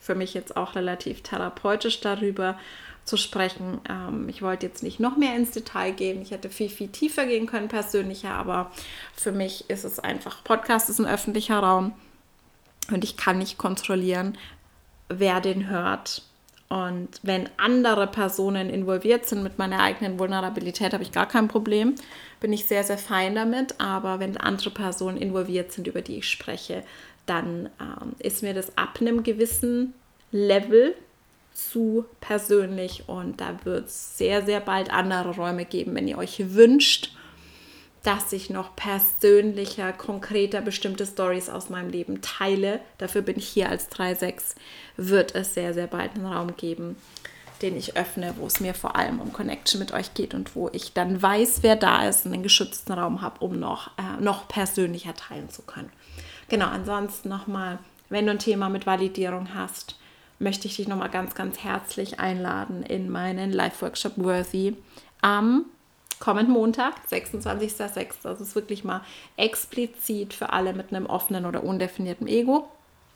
für mich jetzt auch relativ therapeutisch darüber zu sprechen. Ich wollte jetzt nicht noch mehr ins Detail gehen. Ich hätte viel, viel tiefer gehen können, persönlicher, aber für mich ist es einfach, Podcast ist ein öffentlicher Raum und ich kann nicht kontrollieren, wer den hört. Und wenn andere Personen involviert sind mit meiner eigenen Vulnerabilität, habe ich gar kein Problem. Bin ich sehr, sehr fein damit. Aber wenn andere Personen involviert sind, über die ich spreche, dann ist mir das ab einem gewissen Level zu persönlich. Und da wird es sehr, sehr bald andere Räume geben, wenn ihr euch wünscht, dass ich noch persönlicher, konkreter bestimmte Stories aus meinem Leben teile. Dafür bin ich hier als 3.6. Wird es sehr, sehr bald einen Raum geben, den ich öffne, wo es mir vor allem um Connection mit euch geht und wo ich dann weiß, wer da ist und einen geschützten Raum habe, um noch persönlicher teilen zu können. Genau, ansonsten nochmal, wenn du ein Thema mit Validierung hast, möchte ich dich nochmal ganz, ganz herzlich einladen in meinen Live-Workshop Worthy am kommenden Montag, 26.06. Das ist wirklich mal explizit für alle mit einem offenen oder undefinierten Ego,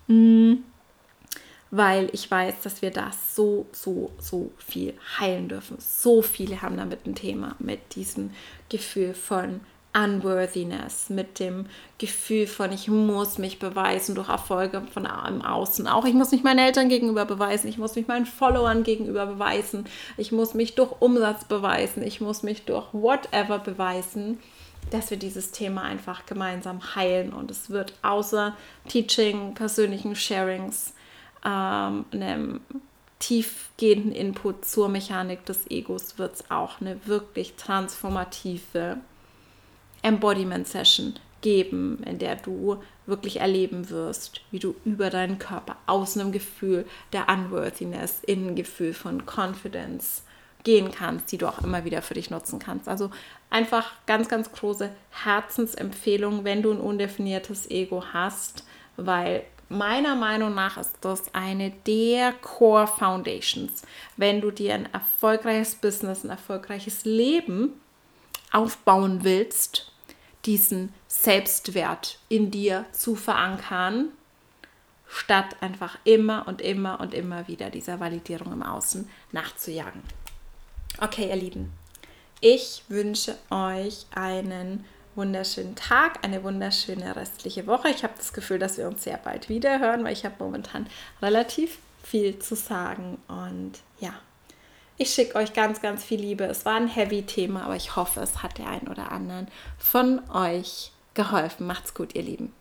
weil ich weiß, dass wir da so viel heilen dürfen. So viele haben damit ein Thema, mit diesem Gefühl von Unworthiness, mit dem Gefühl von, ich muss mich beweisen durch Erfolge von im Außen. Auch ich muss mich meinen Eltern gegenüber beweisen, ich muss mich meinen Followern gegenüber beweisen, ich muss mich durch Umsatz beweisen, ich muss mich durch whatever beweisen, dass wir dieses Thema einfach gemeinsam heilen. Und es wird außer Teaching, persönlichen Sharings, einem tiefgehenden Input zur Mechanik des Egos, wird es auch eine wirklich transformative Embodiment-Session geben, in der du wirklich erleben wirst, wie du über deinen Körper aus einem Gefühl der Unworthiness in ein Gefühl von Confidence gehen kannst, die du auch immer wieder für dich nutzen kannst. Also einfach ganz, ganz große Herzensempfehlung, wenn du ein undefiniertes Ego hast, weil meiner Meinung nach ist das eine der Core Foundations. Wenn du dir ein erfolgreiches Business, ein erfolgreiches Leben aufbauen willst, diesen Selbstwert in dir zu verankern, statt einfach immer und immer und immer wieder dieser Validierung im Außen nachzujagen. Okay, ihr Lieben, ich wünsche euch einen wunderschönen Tag, eine wunderschöne restliche Woche. Ich habe das Gefühl, dass wir uns sehr bald wieder hören, weil ich habe momentan relativ viel zu sagen und ja, ich schicke euch ganz, ganz viel Liebe. Es war ein Heavy-Thema, aber ich hoffe, es hat der einen oder anderen von euch geholfen. Macht's gut, ihr Lieben.